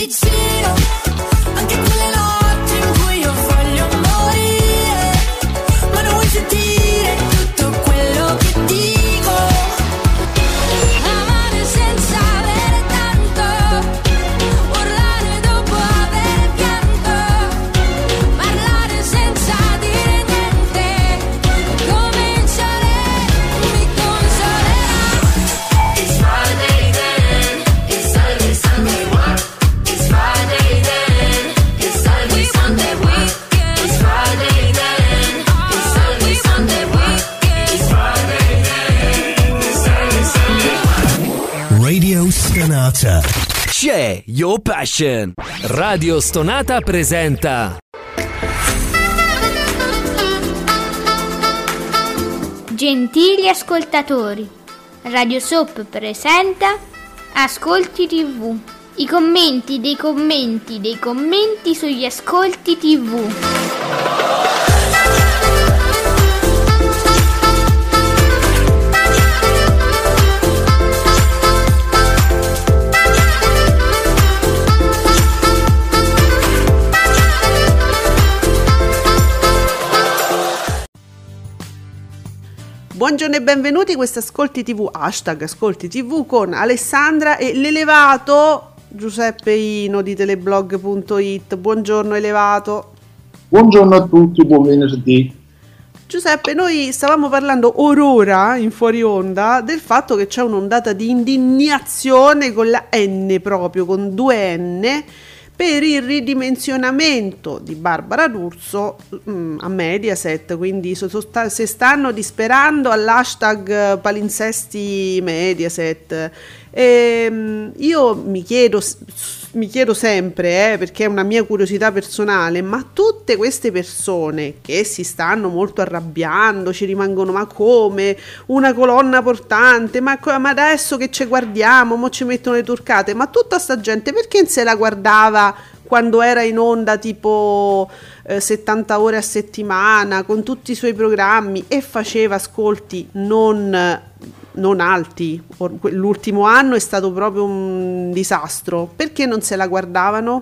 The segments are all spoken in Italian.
vicino, anche quelle notti in cui io voglio morire, ma non vuoi sentire tutto quello che dico. Amare senza avere tanto, urlare dopo aver pianto, parlare senza dire niente, cominciare mi consolerà. It's Friday then, it's Saturday, Sunday, what? It's Friday then, it's Saturday, Sunday, what? It's Friday then, it's Saturday, Sunday, what? It's Friday then, it's Saturday, Sunday, what? Radio Stonata. C'è Your Passion. Radio Stonata presenta Gentili ascoltatori, Radio Soap presenta Ascolti TV. I commenti dei commenti dei commenti sugli ascolti TV. Buongiorno e benvenuti, questo Ascolti TV, hashtag Ascolti TV con Alessandra e l'elevato Giuseppe Ino di teleblog.it. Buongiorno elevato. Buongiorno a tutti, buon venerdì. Giuseppe, noi stavamo parlando orora in fuori onda del fatto che c'è un'ondata di indignazione con la N proprio, con 2 N, per il ridimensionamento di Barbara D'Urso a Mediaset, quindi se stanno disperando all'hashtag palinsesti Mediaset. Io mi chiedo sempre, perché è una mia curiosità personale, ma tutte queste persone che si stanno molto arrabbiando, ci rimangono, ma come? Una colonna portante, ma adesso che ci guardiamo, mo ci mettono le turcate, ma tutta sta gente perché non se la guardava quando era in onda tipo 70 ore a settimana, con tutti i suoi programmi, e faceva ascolti non alti? L'ultimo anno è stato proprio un disastro. Perché non se la guardavano?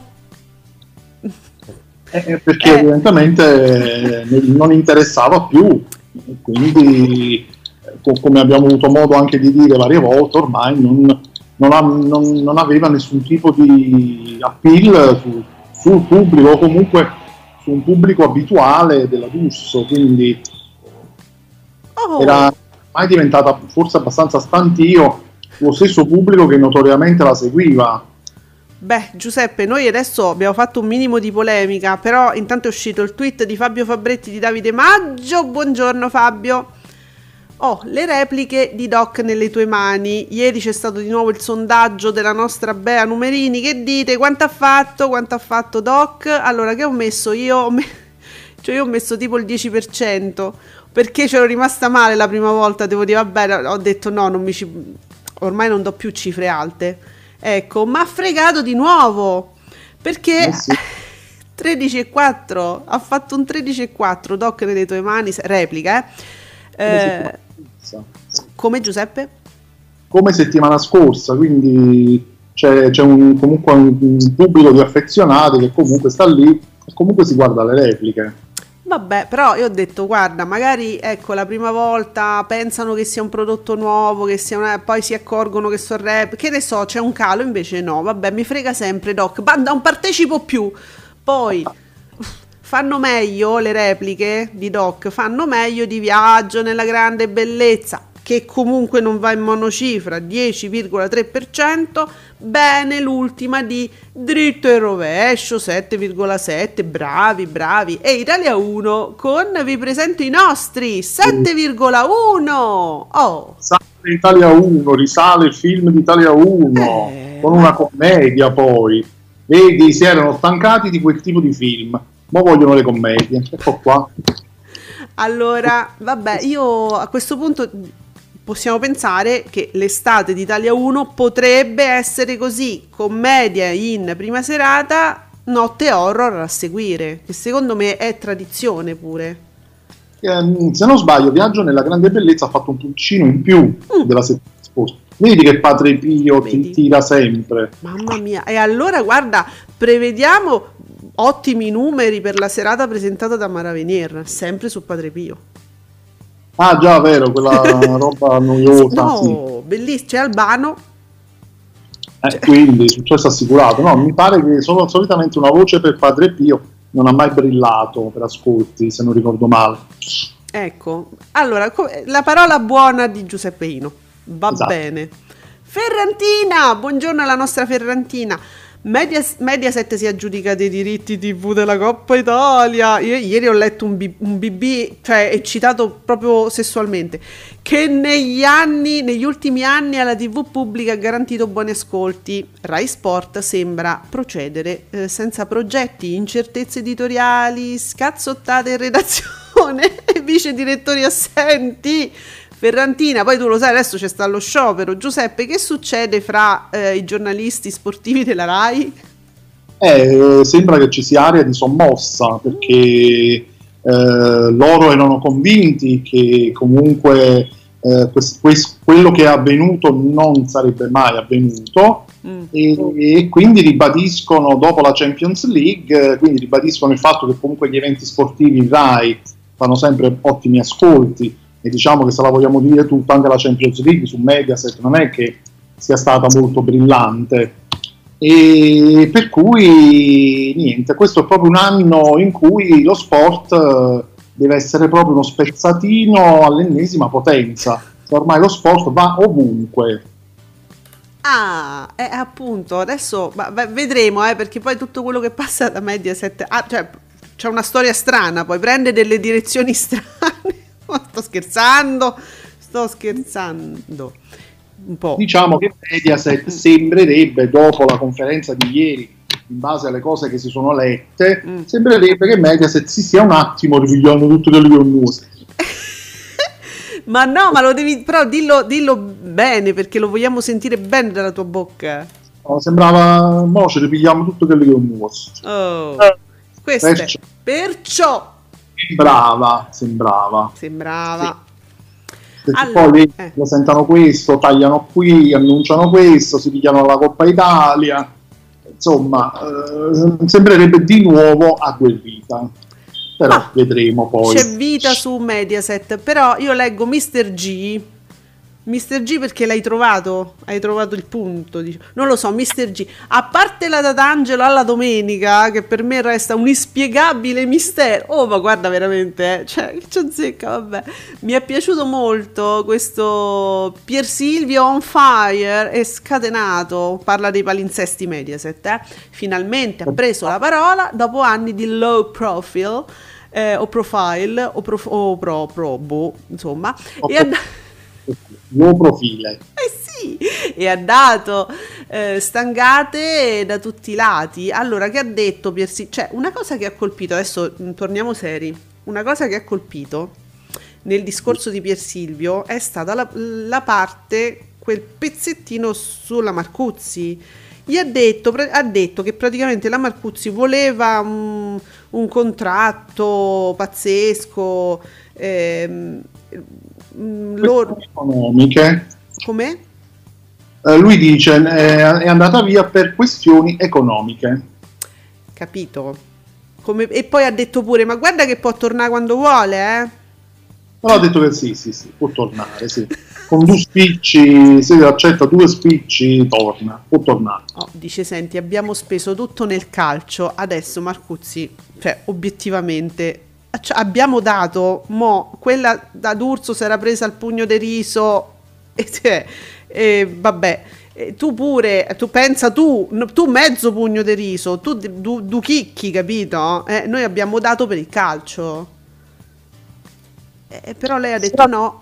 Perché evidentemente non interessava più, quindi come abbiamo avuto modo anche di dire varie volte, ormai non aveva nessun tipo di appeal sul pubblico, o comunque su un pubblico abituale della D'Urso, quindi era mai diventata forse abbastanza stantio lo stesso pubblico che notoriamente la seguiva. Beh, Giuseppe, noi adesso abbiamo fatto un minimo di polemica, però intanto è uscito il tweet di Fabio Fabretti di Davide Maggio. Buongiorno Fabio. Le repliche di Doc nelle tue mani. Ieri c'è stato di nuovo il sondaggio della nostra Bea Numerini. Che dite? Quanto ha fatto Doc? Allora, che ho messo io? Io ho messo tipo il 10%, perché c'ero rimasta male la prima volta, devo dire, vabbè, ho detto no, ormai non do più cifre alte. Ecco, ma ha fregato di nuovo, perché sì. 13,4, ha fatto un 13,4 Doc nelle tue mani, replica, come Giuseppe? Come settimana scorsa, quindi c'è comunque un pubblico di affezionati che comunque sta lì e comunque si guarda le repliche. Vabbè, però io ho detto, guarda, magari ecco la prima volta pensano che sia un prodotto nuovo, che sia poi si accorgono che sono rap, che ne so, c'è un calo, invece no, vabbè, mi frega sempre Doc, da un partecipo più. Poi fanno meglio le repliche di Doc, fanno meglio di Viaggio nella grande bellezza, che comunque non va in monocifra, 10,3%, bene l'ultima di Dritto e rovescio, 7,7%, bravi, e Italia 1 con vi presento i nostri, 7,1%. Italia 1, risale il film di Italia 1, con una commedia poi, vedi, si erano stancati di quel tipo di film, ma vogliono le commedie, ecco qua. Allora, vabbè, io a questo punto possiamo pensare che l'estate di Italia 1 potrebbe essere così, commedia in prima serata, notte horror a seguire, che secondo me è tradizione pure. Se non sbaglio, Viaggio nella grande bellezza ha fatto un pulcino in più della settimana scorsa. Vedi che Padre Pio ti Vedi? tira sempre. Mamma mia, e allora guarda, prevediamo ottimi numeri per la serata presentata da Mara Venier, sempre su Padre Pio. Ah già, vero, quella roba noiosa, sì. No, bellissimo, c'è Albano. Quindi successo assicurato. No, mi pare che solitamente una voce per Padre Pio non ha mai brillato per ascolti, se non ricordo male. Ecco, allora, la parola buona di Giuseppino, va Esatto. bene. Ferrantina, buongiorno alla nostra Ferrantina. Mediaset si aggiudica dei diritti TV della Coppa Italia. Io ieri ho letto un BB, cioè eccitato proprio sessualmente, che negli ultimi anni alla TV pubblica ha garantito buoni ascolti. Rai Sport sembra procedere senza progetti, incertezze editoriali, scazzottate in redazione e vice direttori assenti. Ferrantina, poi tu lo sai, adesso c'è sta lo sciopero. Giuseppe, che succede fra i giornalisti sportivi della Rai? Sembra che ci sia aria di sommossa, perché loro erano convinti che comunque quello che è avvenuto non sarebbe mai avvenuto, e quindi ribadiscono dopo la Champions League, quindi ribadiscono il fatto che comunque gli eventi sportivi in Rai fanno sempre ottimi ascolti, e diciamo che se la vogliamo dire tutta, anche la Champions League su Mediaset non è che sia stata molto brillante, e per cui niente, questo è proprio un anno in cui lo sport deve essere proprio uno spezzatino all'ennesima potenza. Ormai lo sport va ovunque. Appunto, adesso vedremo, perché poi tutto quello che passa da Mediaset, cioè, c'è una storia strana, poi prende delle direzioni strane. Sto scherzando un po'. Diciamo che Mediaset sembrerebbe, dopo la conferenza di ieri, in base alle cose che si sono lette, sembrerebbe che Mediaset si stia un attimo ripigliando tutte delle news. Ma no, ma lo devi, però dillo bene, perché lo vogliamo sentire bene dalla tua bocca. No, sembrava, mo ci ripigliamo tutte delle news. Oh, perciò sembrava. Perché Allora, poi presentano questo, tagliano qui, annunciano questo, si pigliano la Coppa Italia, insomma, sembrerebbe di nuovo agguerrita, però vedremo poi. c'è vita su Mediaset, però io leggo Mr. G, perché l'hai trovato? Hai trovato il punto? Non lo so, Mr. G. A parte la Tatangelo alla domenica, che per me resta un inspiegabile mistero. Oh, ma guarda veramente, cioè, che c'è zecca, vabbè. Mi è piaciuto molto questo Pier Silvio on fire e scatenato. Parla dei palinsesti Mediaset, Finalmente ha preso la parola dopo anni di low profile, o profile, o probo, insomma. Nuovo profile. Sì, e ha dato stangate da tutti i lati. Allora, che ha detto cioè, una cosa che ha colpito, adesso torniamo seri, una cosa che ha colpito nel discorso di Pier Silvio è stata la parte, quel pezzettino sulla Marcuzzi. Ha detto che praticamente la Marcuzzi voleva un contratto pazzesco, loro economiche. Com'è? Lui dice è andata via per questioni economiche. Capito? E poi ha detto pure, ma guarda che può tornare quando vuole, Però ha detto che sì, può tornare, sì. Con 2 spicci, se accetta 2 spicci, può tornare. Dice, senti, abbiamo speso tutto nel calcio, adesso Marcuzzi, cioè, obiettivamente, abbiamo dato, quella da D'Urso si era presa il pugno di riso, vabbè, tu pure, tu pensa tu mezzo pugno di riso, tu du chicchi, capito? Noi abbiamo dato per il calcio, però lei ha detto no.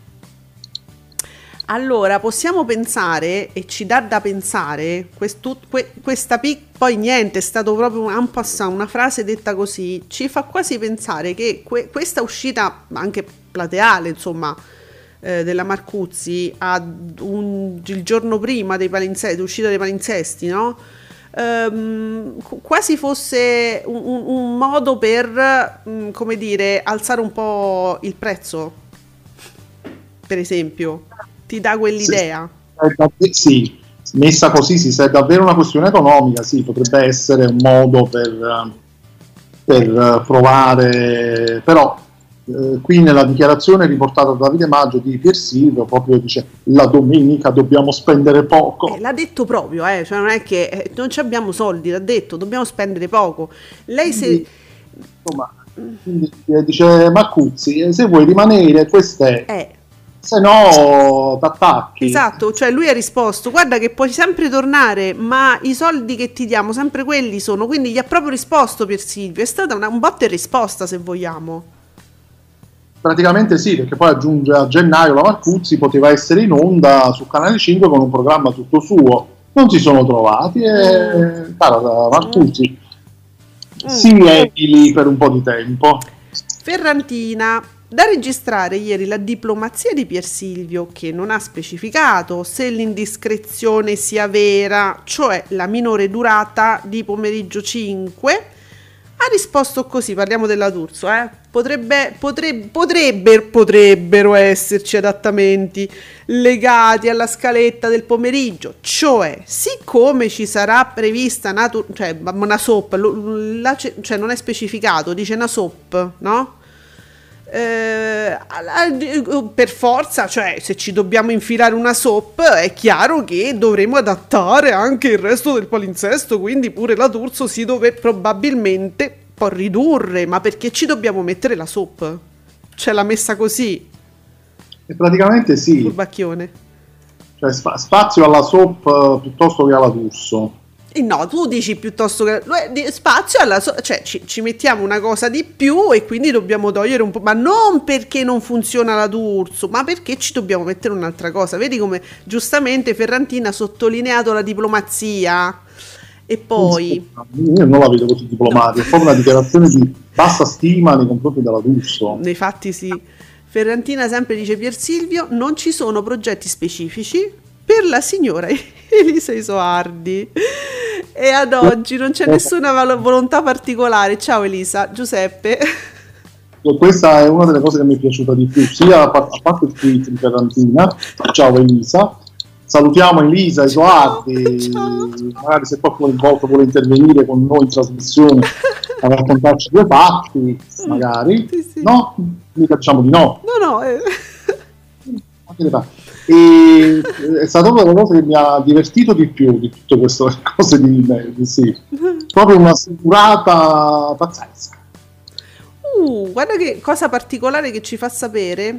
Allora possiamo pensare, e ci dà da pensare, poi niente, è stato proprio un passant, una frase detta così, ci fa quasi pensare che questa uscita anche plateale, insomma, della Marcuzzi il giorno prima dell'uscita dei palinsesti, no? Quasi fosse un modo per, come dire, alzare un po' il prezzo, per esempio. Ti dà quell'idea? sì, messa così, se è davvero una questione economica, sì, potrebbe essere un modo per provare, però qui nella dichiarazione riportata da Davide Maggio di Pier Silvio proprio dice la domenica dobbiamo spendere poco. L'ha detto proprio, cioè non è che non ci abbiamo soldi, l'ha detto, dobbiamo spendere poco. Lei se... Insomma, quindi dice Marcuzzi, se vuoi rimanere questo è, se no t'attacchi. Esatto, cioè lui ha risposto guarda che puoi sempre tornare, ma i soldi che ti diamo sempre quelli sono, quindi gli ha proprio risposto Pier Silvio, è stata un botta e risposta se vogliamo. Praticamente sì, perché poi aggiunge a gennaio la Marcuzzi poteva essere in onda su Canale 5 con un programma tutto suo, non si sono trovati e cara Marcuzzi si esili per un po' di tempo. Ferrantina, da registrare ieri la diplomazia di Pier Silvio che non ha specificato se l'indiscrezione sia vera, cioè la minore durata di pomeriggio 5. Ha risposto così, parliamo della D'Urso, potrebbero esserci adattamenti legati alla scaletta del pomeriggio, cioè siccome ci sarà prevista una soap, cioè non è specificato, dice una soap, no? Per forza, cioè se ci dobbiamo infilare una soap è chiaro che dovremo adattare anche il resto del palinsesto, quindi pure la D'Urso si dovrebbe probabilmente può ridurre, ma perché ci dobbiamo mettere la soap? Cioè l'ha messa così e praticamente sì, furbacchione, cioè spazio alla soap piuttosto che alla D'Urso. No, tu dici piuttosto che spazio alla cioè ci mettiamo una cosa di più e quindi dobbiamo togliere un po', ma non perché non funziona la D'Urso, ma perché ci dobbiamo mettere un'altra cosa. Vedi come giustamente Ferrantina ha sottolineato la diplomazia. E poi io non la vedo così diplomatica, è proprio una dichiarazione di bassa stima nei confronti della D'Urso. Nei fatti sì. Ferrantina sempre dice Pier Silvio, non ci sono progetti specifici per la signora Elisa Isoardi e ad oggi non c'è nessuna volontà particolare. Ciao Elisa. Giuseppe. Questa è una delle cose che mi è piaciuta di più, sia a parte il tweet di Ferrantina, ciao Elisa, salutiamo Elisa Isoardi, magari se qualcuno in volta vuole intervenire con noi in trasmissione a raccontarci due fatti, magari, sì. No? Mica diciamo di no. No. E è stata una delle cose che mi ha divertito di più di tutte queste cose di sì. Proprio una sicurata pazzesca. Guarda che cosa particolare che ci fa sapere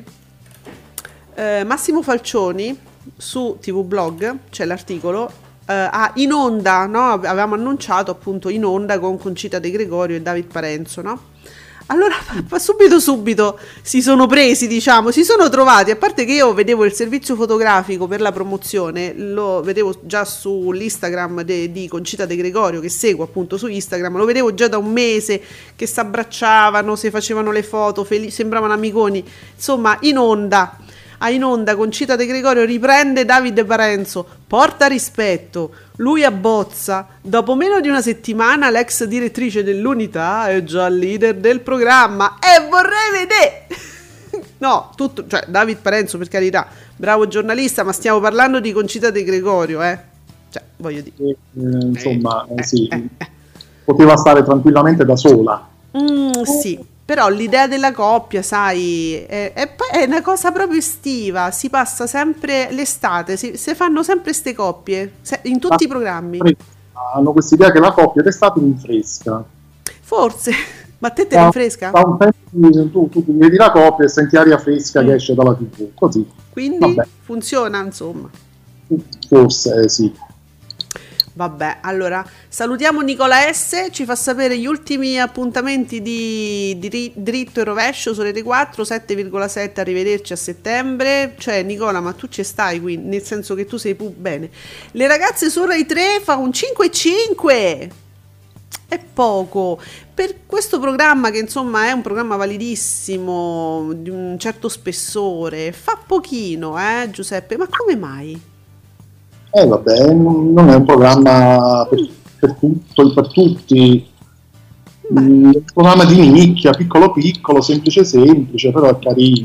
Massimo Falcioni su TV Blog, c'è l'articolo, in onda, no? Avevamo annunciato appunto in onda con Concita De Gregorio e David Parenzo, no? Allora subito si sono presi, diciamo, si sono trovati, a parte che io vedevo il servizio fotografico per la promozione, lo vedevo già sull'Instagram di Concita De Gregorio, che seguo appunto su Instagram, lo vedevo già da un mese che si abbracciavano, si facevano le foto, sembravano amiconi, insomma in onda Concita De Gregorio riprende Davide Parenzo, porta rispetto, lui abbozza, dopo meno di una settimana l'ex direttrice dell'Unità è già leader del programma e vorrei vedere no, tutto, cioè David Parenzo per carità, bravo giornalista, ma stiamo parlando di Concita De Gregorio, cioè voglio dire insomma sì, poteva stare tranquillamente da sola. Sì. Però l'idea della coppia, sai, è una cosa proprio estiva, si passa sempre l'estate, si fanno sempre ste coppie, in tutti i programmi. Hanno questa idea che la coppia d'estate rinfresca. Forse, ma a te rinfresca? Tu vedi la coppia e senti aria fresca che esce dalla TV, così. Quindi funziona, insomma. Forse sì. Vabbè, allora salutiamo Nicola S, ci fa sapere gli ultimi appuntamenti di Dritto e Rovescio su Rete 4, 7,7, arrivederci a settembre. Cioè Nicola, ma tu ci stai qui, nel senso che tu sei bene. Le ragazze su Rai 3 fa un 5,5, è poco per questo programma che insomma è un programma validissimo, di un certo spessore, fa pochino, Giuseppe, ma come mai? Vabbè, non è un programma per tutti, un programma di nicchia, piccolo, semplice, però è carino.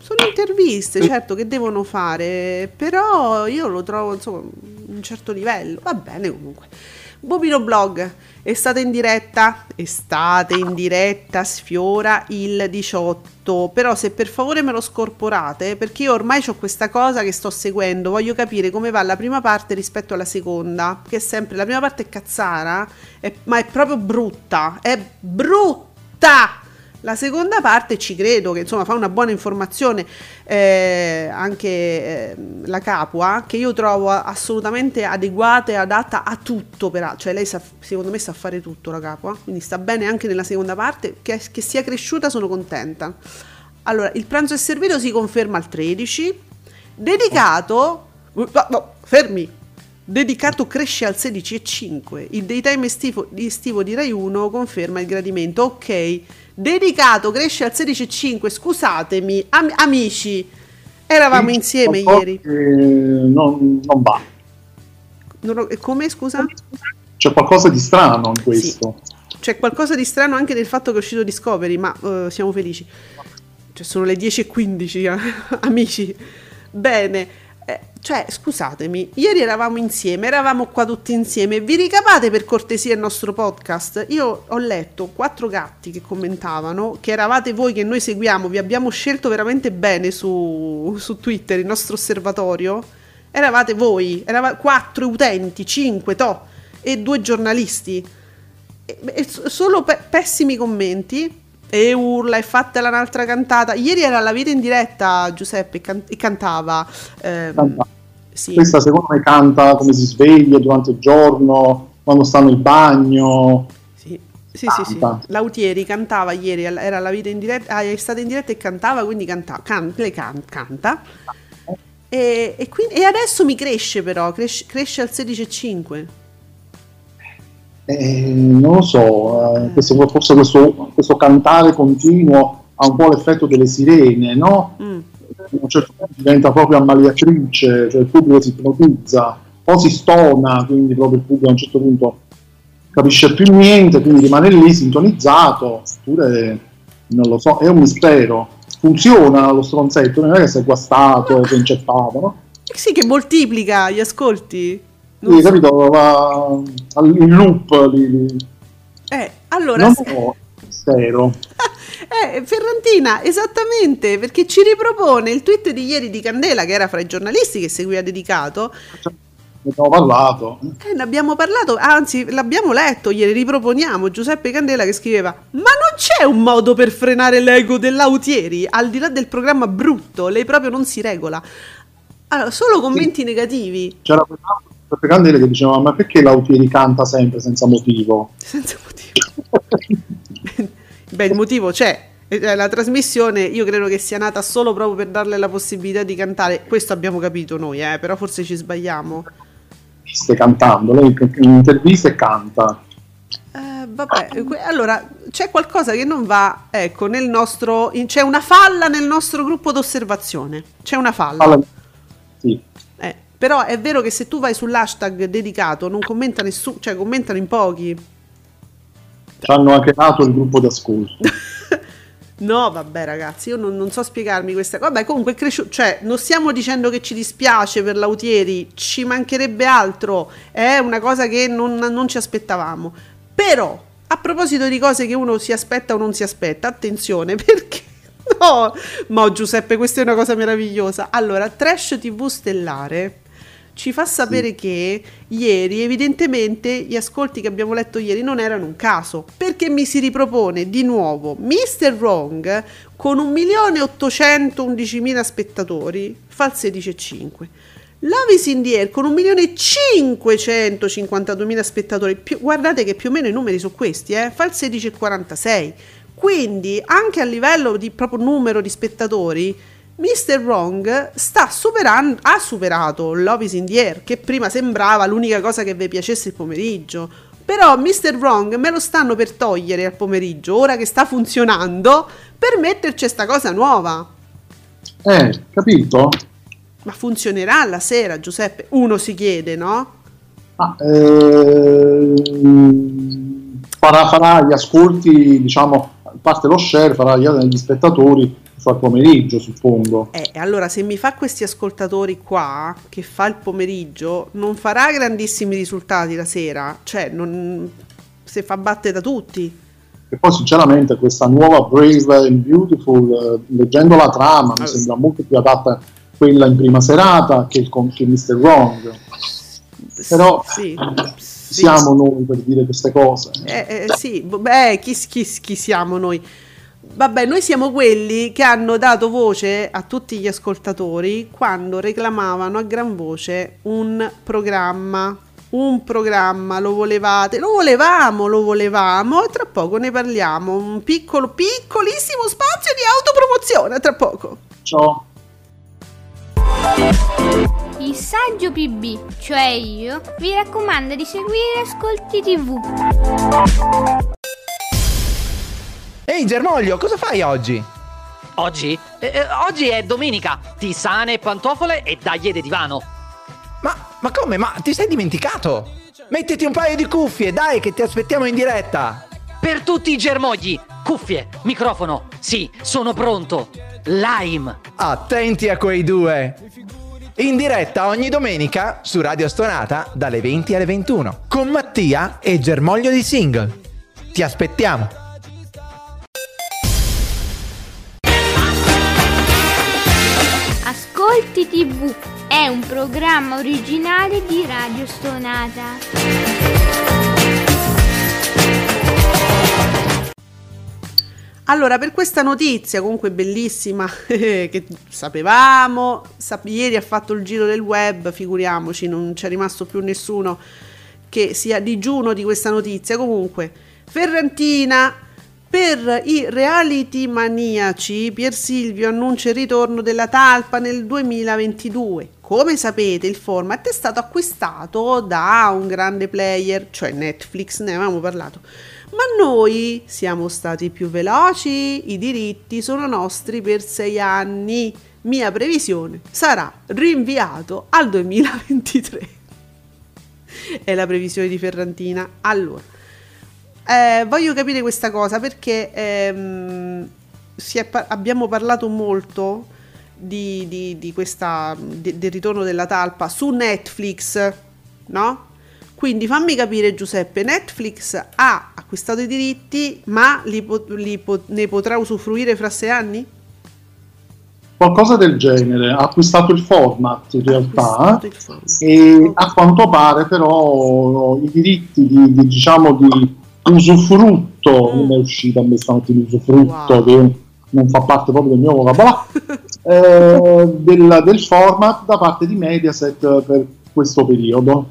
sono interviste, certo, che devono fare, però io lo trovo, insomma, un certo livello. Va bene comunque. Bobino Blog, estate in diretta, sfiora il 18, però se per favore me lo scorporate, perché io ormai ho questa cosa che sto seguendo, voglio capire come va la prima parte rispetto alla seconda, che è sempre, la prima parte è cazzara, ma è proprio brutta, La seconda parte ci credo che insomma fa una buona informazione, anche la Capua, che io trovo assolutamente adeguata e adatta a tutto, cioè lei secondo me sa fare tutto, la Capua, quindi sta bene anche nella seconda parte, che sia cresciuta sono contenta. Allora, il pranzo è servito, si conferma al 13, dedicato, fermi, dedicato cresce al 16,5, il daytime estivo di Rai 1 conferma il gradimento, ok. Dedicato cresce al 16,5. Scusatemi, amici, eravamo insieme ieri. Non va. Come, scusa? C'è qualcosa di strano in questo. Sì. C'è qualcosa di strano anche nel fatto che è uscito Discovery, ma siamo felici. Cioè, sono le 10:15, amici. Bene. Cioè, scusatemi, ieri eravamo insieme, eravamo qua tutti insieme, vi ricapate per cortesia il nostro podcast? Io ho letto 4 gatti che commentavano, che eravate voi che noi seguiamo, vi abbiamo scelto veramente bene su Twitter, il nostro osservatorio, eravate voi, 4 utenti, 5, e 2 giornalisti, solo pessimi commenti, e urla, e fattela un'altra cantata. Ieri era La Vita in diretta, Giuseppe, e cantava. Sì. Questa secondo me canta come si sveglia durante il giorno, quando sta nel bagno. Sì. Lautieri cantava ieri, era La Vita in diretta, è stata in diretta e cantava, quindi lei canta. E adesso mi cresce però, cresce al 16,5. Non lo so, forse questo cantare continuo ha un po' l'effetto delle sirene, no? A un certo punto diventa proprio ammaliatrice, cioè il pubblico si ipnotizza, o si stona, quindi proprio il pubblico a un certo punto capisce più niente, quindi rimane lì sintonizzato, oppure non lo so, è un mistero. Funziona lo stronzetto, non è che sei guastato, sei inceppato, no? Sì, che moltiplica gli ascolti. Sì, capito, va in loop lì. Allora non so, mistero. Ferrantina, esattamente, perché ci ripropone il tweet di ieri di Candela, che era fra i giornalisti che seguiva Dedicato. Ne abbiamo parlato. Ne abbiamo parlato, anzi l'abbiamo letto ieri, riproponiamo Giuseppe Candela che scriveva: ma non c'è un modo per frenare l'ego dell'Autieri? Al di là del programma brutto, lei proprio non si regola. Allora, solo commenti negativi. C'era Giuseppe Candela che diceva: ma perché l'Autieri canta sempre senza motivo? Senza motivo. Beh, il motivo c'è. La trasmissione io credo che sia nata solo proprio per darle la possibilità di cantare. Questo abbiamo capito noi, però forse ci sbagliamo. Stai cantando, lei in intervista e canta. Vabbè, allora c'è qualcosa che non va, ecco, c'è una falla nel nostro gruppo d'osservazione. C'è una falla. Sì. Però è vero che se tu vai sull'hashtag Dedicato non commenta nessuno, cioè commentano in pochi. Ci hanno anche dato il gruppo di ascolto. No, vabbè ragazzi, io non so spiegarmi questa cosa. Vabbè, comunque è cresciuto, cioè non stiamo dicendo che ci dispiace per l'Autieri, ci mancherebbe altro, è una cosa che non ci aspettavamo. Però, a proposito di cose che uno si aspetta o non si aspetta, attenzione, perché no, ma Giuseppe, questa è una cosa meravigliosa. Allora, Trash TV Stellare ci fa sapere che ieri evidentemente gli ascolti che abbiamo letto ieri non erano un caso, perché mi si ripropone di nuovo Mr. Wrong con 1.811.000 spettatori, fa il 16,5. Love is in the Air con 1.552.000 spettatori, guardate che più o meno i numeri sono questi, fa il 16,46. Quindi anche a livello di proprio numero di spettatori Mr. Wrong ha superato Love is in the Air, che prima sembrava l'unica cosa che vi piacesse il pomeriggio. Però Mr. Wrong me lo stanno per togliere al pomeriggio, ora che sta funzionando, per metterci sta cosa nuova. Capito? Ma funzionerà la sera, Giuseppe? Uno si chiede, no? Farà gli ascolti, diciamo, a parte lo share, farà gli spettatori fa il pomeriggio, suppongo. Allora, se mi fa questi ascoltatori qua, che fa il pomeriggio, non farà grandissimi risultati la sera, cioè se fa batte da tutti. E poi sinceramente questa nuova Brave and Beautiful, leggendo la trama, mi sembra molto più adatta quella in prima serata che Mr. Wrong. Però Sì. siamo noi per dire queste cose. Sì, chi siamo noi? Vabbè, noi siamo quelli che hanno dato voce a tutti gli ascoltatori quando reclamavano a gran voce un programma, lo volevamo e tra poco ne parliamo, un piccolissimo spazio di autopromozione, tra poco. Ciao. Il saggio PB, cioè io, vi raccomanda di seguire Ascolti TV. Ehi Germoglio, cosa fai oggi? Oggi? Oggi è domenica, tisane, pantofole e daglie di divano. Ma come? Ma ti sei dimenticato? Mettiti un paio di cuffie, dai, che ti aspettiamo in diretta. Per tutti i germogli, cuffie, microfono, sì, sono pronto. Lime. Attenti a quei due. In diretta ogni domenica su Radio Stonata dalle 20 alle 21 con Mattia e Germoglio di Single. Ti aspettiamo. Ascolti TV è un programma originale di Radio Stonata. Allora, per questa notizia comunque bellissima che sapevamo, ieri ha fatto il giro del web, figuriamoci, non c'è rimasto più nessuno che sia digiuno di questa notizia. Comunque, Ferrantina, per i reality maniaci, Pier Silvio annuncia il ritorno della talpa nel 2022. Come sapete, il format è stato acquistato da un grande player, cioè Netflix, ne avevamo parlato. Ma noi siamo stati più veloci, i diritti sono nostri per 6 anni. Mia previsione sarà rinviato al 2023. È la previsione di Ferrantina. Allora, voglio capire questa cosa perché abbiamo parlato molto di questa del ritorno della talpa su Netflix, no? Quindi fammi capire, Giuseppe, Netflix ha acquistato i diritti, ma ne potrà usufruire fra 6 anni? Qualcosa del genere, ha acquistato il format in realtà e okay. A quanto pare però i diritti di usufrutto, non è uscita a me stamattina di usufrutto, wow, che non fa parte proprio del mio vocabolario, del format da parte di Mediaset per questo periodo.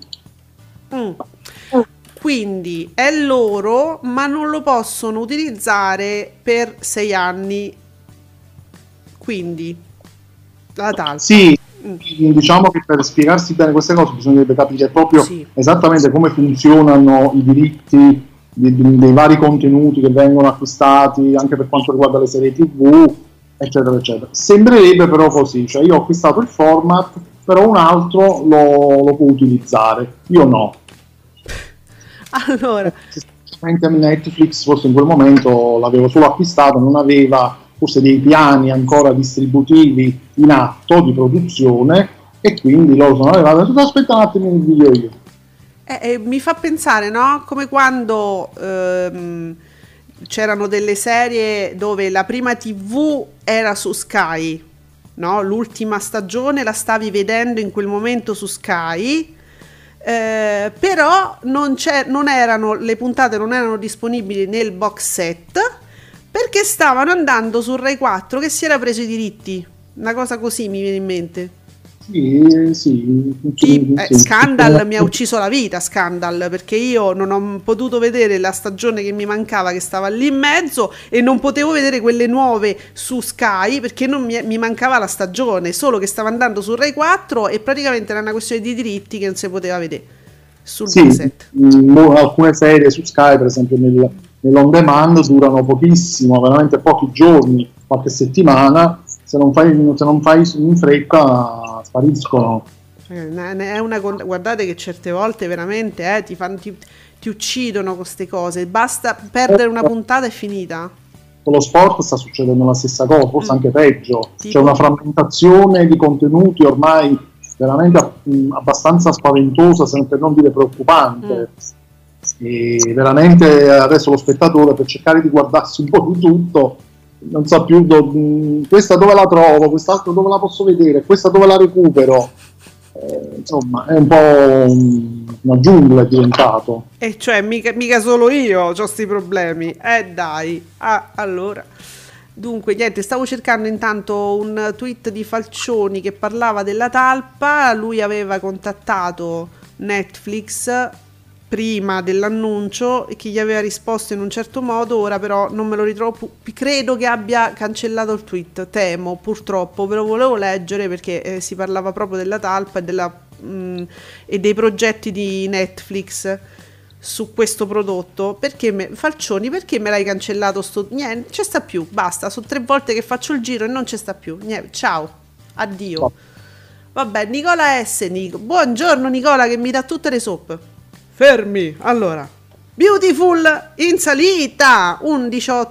Quindi è loro, ma non lo possono utilizzare per 6 anni. Quindi la talpa. Sì, diciamo che per spiegarsi bene queste cose bisognerebbe capire proprio esattamente come funzionano i diritti dei vari contenuti che vengono acquistati, anche per quanto riguarda le serie TV, eccetera, eccetera. Sembrerebbe però così, cioè io ho acquistato il format, però un altro lo può utilizzare, io no. Allora, Netflix forse in quel momento l'avevo solo acquistato, non aveva forse dei piani ancora distributivi in atto di produzione e quindi loro sono arrivati, aspetta un attimo, il video io. Mi fa pensare, no? Come quando c'erano delle serie dove la prima TV era su Sky, no? L'ultima stagione la stavi vedendo in quel momento su Sky, però le puntate non erano disponibili nel box set perché stavano andando su Rai 4 che si era preso i diritti, una cosa così mi viene in mente. Scandal mi ha ucciso la vita, Scandal, perché io non ho potuto vedere la stagione che mi mancava, che stava lì in mezzo, e non potevo vedere quelle nuove su Sky perché non mi mancava la stagione, solo che stava andando su Rai 4 e praticamente era una questione di diritti che non si poteva vedere sul set. Alcune serie su Sky, per esempio nell'on demand, durano pochissimo, veramente pochi giorni, qualche settimana. Se non fai in fretta spariscono. Guardate che certe volte veramente ti uccidono queste cose. Basta perdere una puntata e finita. con lo sport sta succedendo la stessa cosa, forse anche peggio. Tipo? C'è una frammentazione di contenuti ormai veramente abbastanza spaventosa, se per non dire preoccupante. E veramente adesso lo spettatore, per cercare di guardarsi un po' di tutto, non sa più questa dove la trovo, quest'altra dove la posso vedere, questa dove la recupero. Insomma, è un po' una giungla è diventato. E cioè mica solo io ho questi problemi. Dai. Allora. Dunque, niente, stavo cercando intanto un tweet di Falcioni che parlava della talpa. Lui aveva contattato Netflix prima dell'annuncio e che gli aveva risposto in un certo modo. Ora però non me lo ritrovo più. Credo che abbia cancellato il tweet, temo, purtroppo. Ve lo volevo leggere perché si parlava proprio della talpa e dei progetti di Netflix su questo prodotto. Falcioni, perché me l'hai cancellato? Niente, c'è sta più, basta, sono 3 volte che faccio il giro e non c'è sta più. Niente, ciao, addio. Ciao. Vabbè, Nicola S. Buongiorno Nicola, che mi dà tutte le soap. Fermi, allora. Beautiful in salita, un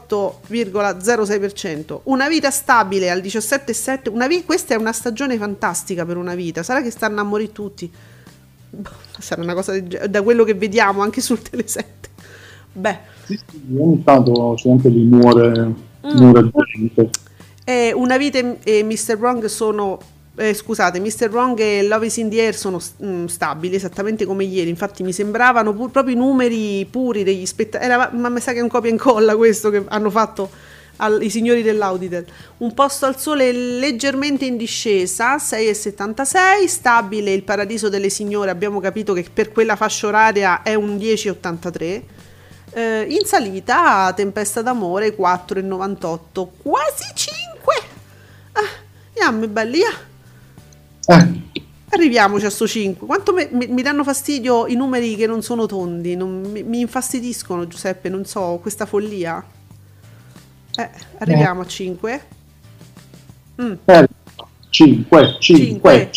18,06%, una vita stabile al 17,7%, questa è una stagione fantastica per una vita, sarà che stanno a morire tutti, sarà una cosa da quello che vediamo anche sul Tele7. Beh, Sì, ogni tanto c'è anche di muore gente. Una vita e Mr. Wrong sono Mr. Wrong e Love is in the Air sono stabili esattamente come ieri, infatti mi sembravano proprio i numeri puri degli spettatori, ma mi sa che è un copia e incolla questo che hanno fatto i signori dell'Auditel. Un posto al sole leggermente in discesa, 6,76, stabile Il Paradiso delle Signore, abbiamo capito che per quella fascia oraria è un 10,83, in salita Tempesta d'amore 4,98, quasi 5. Andiamo belli, arriviamoci a sto 5. Quanto mi danno fastidio i numeri che non sono tondi, mi infastidiscono, Giuseppe, non so, questa follia. Arriviamo a 5. 5.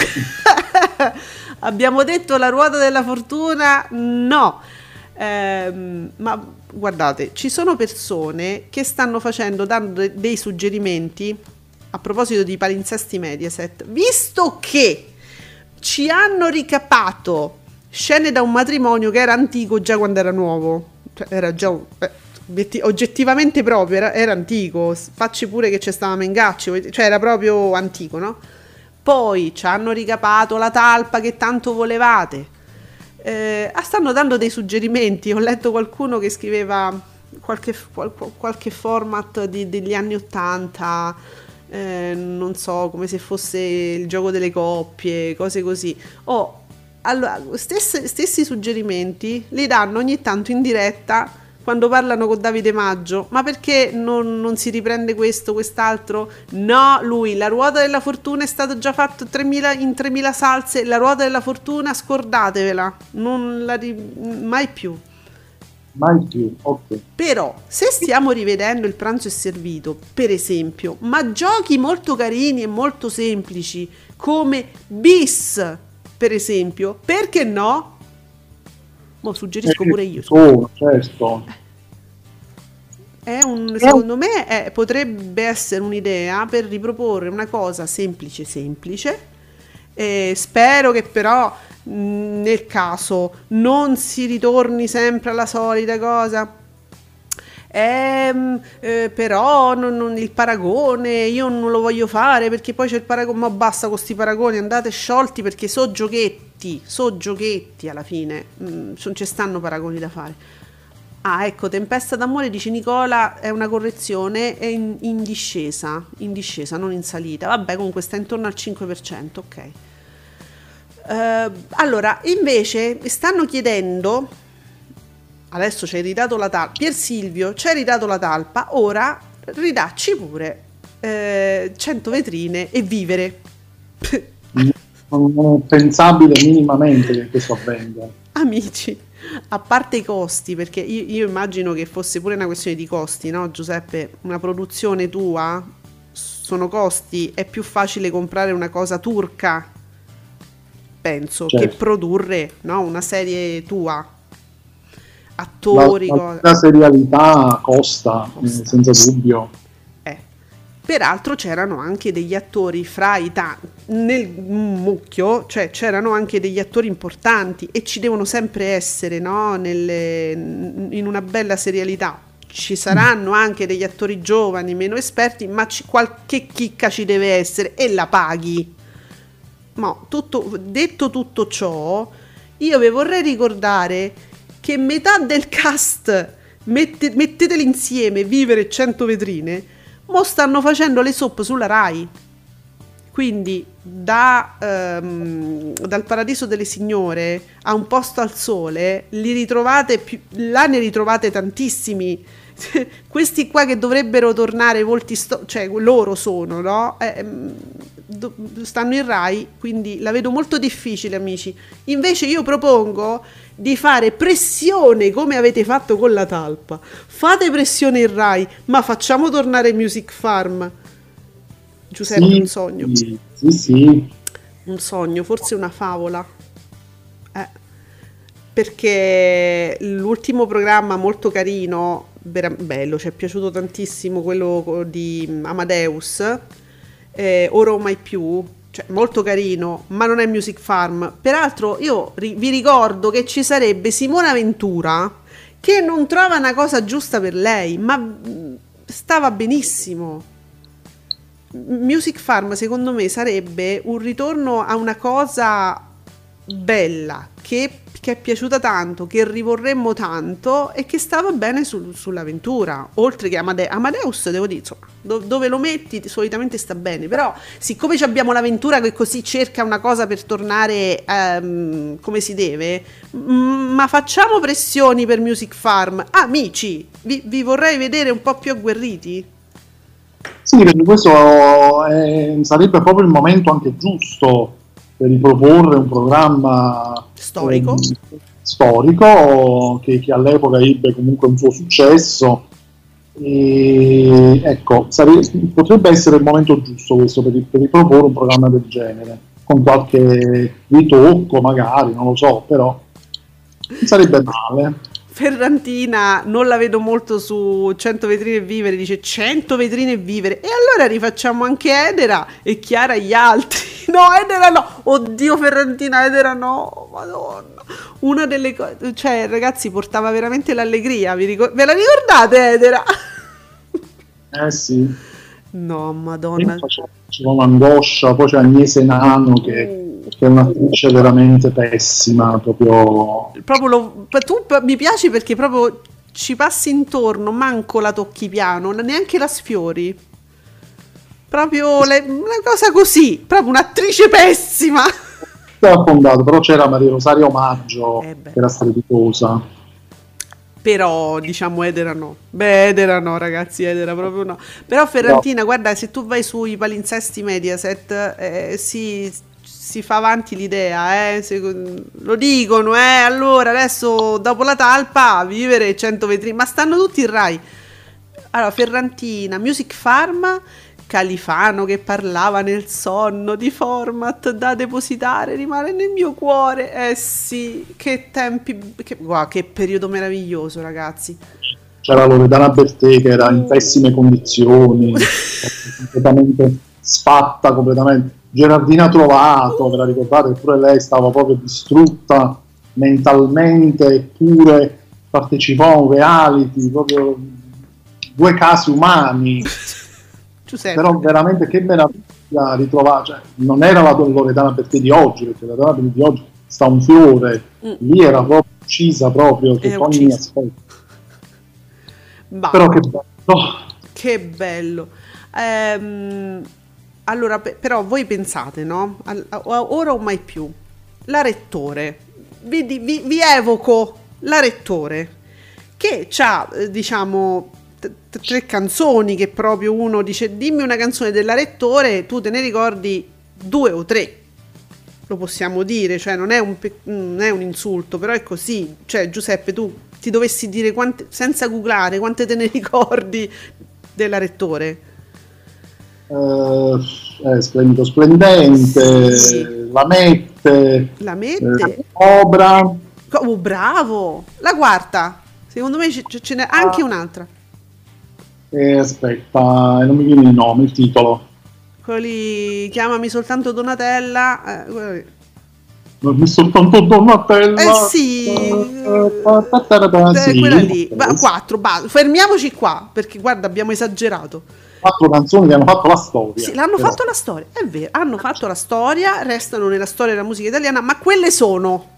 Abbiamo detto la ruota della fortuna, no. Ma guardate, ci sono persone che stanno dando dei suggerimenti a proposito di palinsesti Mediaset, visto che ci hanno ricapato scene da un matrimonio che era antico già quando era nuovo, cioè era già oggettivamente proprio era antico, facci pure che c'è stava Mengacci, cioè era proprio antico, no? Poi ci hanno ricapato la talpa che tanto volevate, stanno dando dei suggerimenti. Ho letto qualcuno che scriveva qualche format degli anni 80, non so, come se fosse il gioco delle coppie, cose così. Allora, stessi suggerimenti li danno ogni tanto in diretta quando parlano con Davide Maggio. Ma perché non si riprende questo, quest'altro? No, la ruota della fortuna è stato già fatto in 3000 salse. La ruota della fortuna scordatevela, mai più. Okay. Però se stiamo rivedendo Il pranzo è servito, per esempio, ma giochi molto carini e molto semplici come Bis, per esempio, perché no? Mo suggerisco pure io. Certo. Secondo me potrebbe essere un'idea per riproporre una cosa semplice. Spero che però nel caso non si ritorni sempre alla solita cosa. Però il paragone io non lo voglio fare, perché poi c'è il paragone. Ma basta con sti paragoni, andate sciolti, perché so giochetti alla fine, non ci stanno paragoni da fare. Ecco, Tempesta d'amore, dice Nicola, è una correzione, è in discesa, non in salita. Vabbè, comunque sta intorno al 5%, ok. Allora, invece stanno chiedendo, adesso ci hai ridato la talpa, Pier Silvio ci hai ridato la talpa, ora ridacci pure 100 vetrine e vivere. Non è pensabile minimamente che questo avvenga. Amici, a parte i costi, perché io immagino che fosse pure una questione di costi, no Giuseppe? Una produzione tua sono costi, è più facile comprare una cosa turca, penso, certo, che produrre, no, una serie tua. attori, cose. La serialità costa, senza dubbio. Peraltro c'erano anche degli attori fra i nel mucchio, cioè c'erano anche degli attori importanti e ci devono sempre essere, no? In una bella serialità. Ci saranno anche degli attori giovani, meno esperti, ma qualche chicca ci deve essere e la paghi. Ma detto tutto ciò, io vi vorrei ricordare che metà del cast, metteteli insieme, Vivere 100 vetrine, mo stanno facendo le soap sulla Rai. Quindi dal Paradiso delle Signore a Un posto al sole li ritrovate là ne ritrovate tantissimi. Questi qua che dovrebbero tornare volti cioè loro sono, no? Stanno in Rai, quindi la vedo molto difficile, amici. Invece io propongo di fare pressione come avete fatto con la talpa. Fate pressione in Rai, ma facciamo tornare Music Farm. Giuseppe, Sì, un sogno. sì. Un sogno, forse una favola. Perché l'ultimo programma molto carino, bello, ci è piaciuto tantissimo quello di Amadeus, Ora o mai più, cioè molto carino, ma non è Music Farm. Peraltro io vi ricordo che ci sarebbe Simona Ventura che non trova una cosa giusta per lei, ma stava benissimo. Music Farm secondo me sarebbe un ritorno a una cosa bella che è piaciuta tanto, che rivorremmo tanto e che stava bene sull'avventura, oltre che Amadeus, devo dire, insomma, dove lo metti solitamente sta bene, però siccome abbiamo l'avventura che così cerca una cosa per tornare come si deve, ma facciamo pressioni per Music Farm. Amici, vi vorrei vedere un po' più agguerriti. Sì, perché questo sarebbe proprio il momento anche giusto per riproporre un programma storico che all'epoca ebbe comunque un suo successo. E ecco, potrebbe essere il momento giusto questo per riproporre un programma del genere, con qualche ritocco magari, non lo so, però non sarebbe male. Ferrantina non la vedo molto su 100 vetrine e vivere, dice 100 vetrine e vivere, e allora rifacciamo anche Edera e Chiara e gli altri. No, Edera no, oddio Ferrantina, Edera no, madonna, una delle cose, cioè ragazzi, portava veramente l'allegria, ve la ricordate Edera? Sì. No, madonna, c'era un'angoscia, poi c'è Agnese Nano che è un'attrice veramente pessima, proprio tu mi piaci perché proprio ci passi intorno, manco la tocchi piano, neanche la sfiori, proprio una cosa così, proprio un'attrice pessima. affondato, però c'era Maria Rosaria Omaggio che era strepitosa. Però diciamo Edera no. Beh, Edera no, ragazzi, Edera proprio no. Però Ferrantina, no. Guarda, se tu vai sui palinsesti Mediaset si fa avanti l'idea, lo dicono, allora adesso dopo la talpa Vivere 100 vetrine, ma stanno tutti in Rai. Allora Ferrantina, Music Farm, Califano che parlava nel sonno di format da depositare, rimane nel mio cuore. Sì, che tempi, che periodo meraviglioso, ragazzi. C'era Loredana Bertè che era in pessime condizioni, completamente sfatta, completamente. Gerardina Trovato, ve la ricordate? Pure lei stava proprio distrutta mentalmente, eppure partecipò a un reality, proprio 2 casi umani. Giuseppe. Però veramente che meraviglia ritrovare, cioè, non era la Loredana Bertè di oggi, perché la Loredana Bertè di oggi sta un fiore, lì era proprio uccisa proprio sotto ogni aspetto. Però che bello. Che bello. Allora, però voi pensate, no? Ora o mai più. La Rettore. Vi evoco La Rettore, che c'ha, diciamo, 3 canzoni che proprio uno dice dimmi una canzone della Rettore, tu te ne ricordi 2 o 3. Lo possiamo dire, cioè non è un insulto, però è così. Cioè Giuseppe, tu ti dovessi dire senza googlare quante te ne ricordi della Rettore? Splendido splendente, sì. La mette Cobra. Bravo, la quarta Secondo me ce n'è anche un'altra. Aspetta, non mi viene il nome, il titolo. Quello lì, chiamami soltanto Donatella. Quello lì. Non mi soltanto Donatella. Sì. Sì. Quella lì. 4, fermiamoci qua, perché guarda, abbiamo esagerato. 4 canzoni che hanno fatto la storia. Sì, l'hanno fatto la storia, è vero, hanno fatto la storia, restano nella storia della musica italiana, ma quelle sono.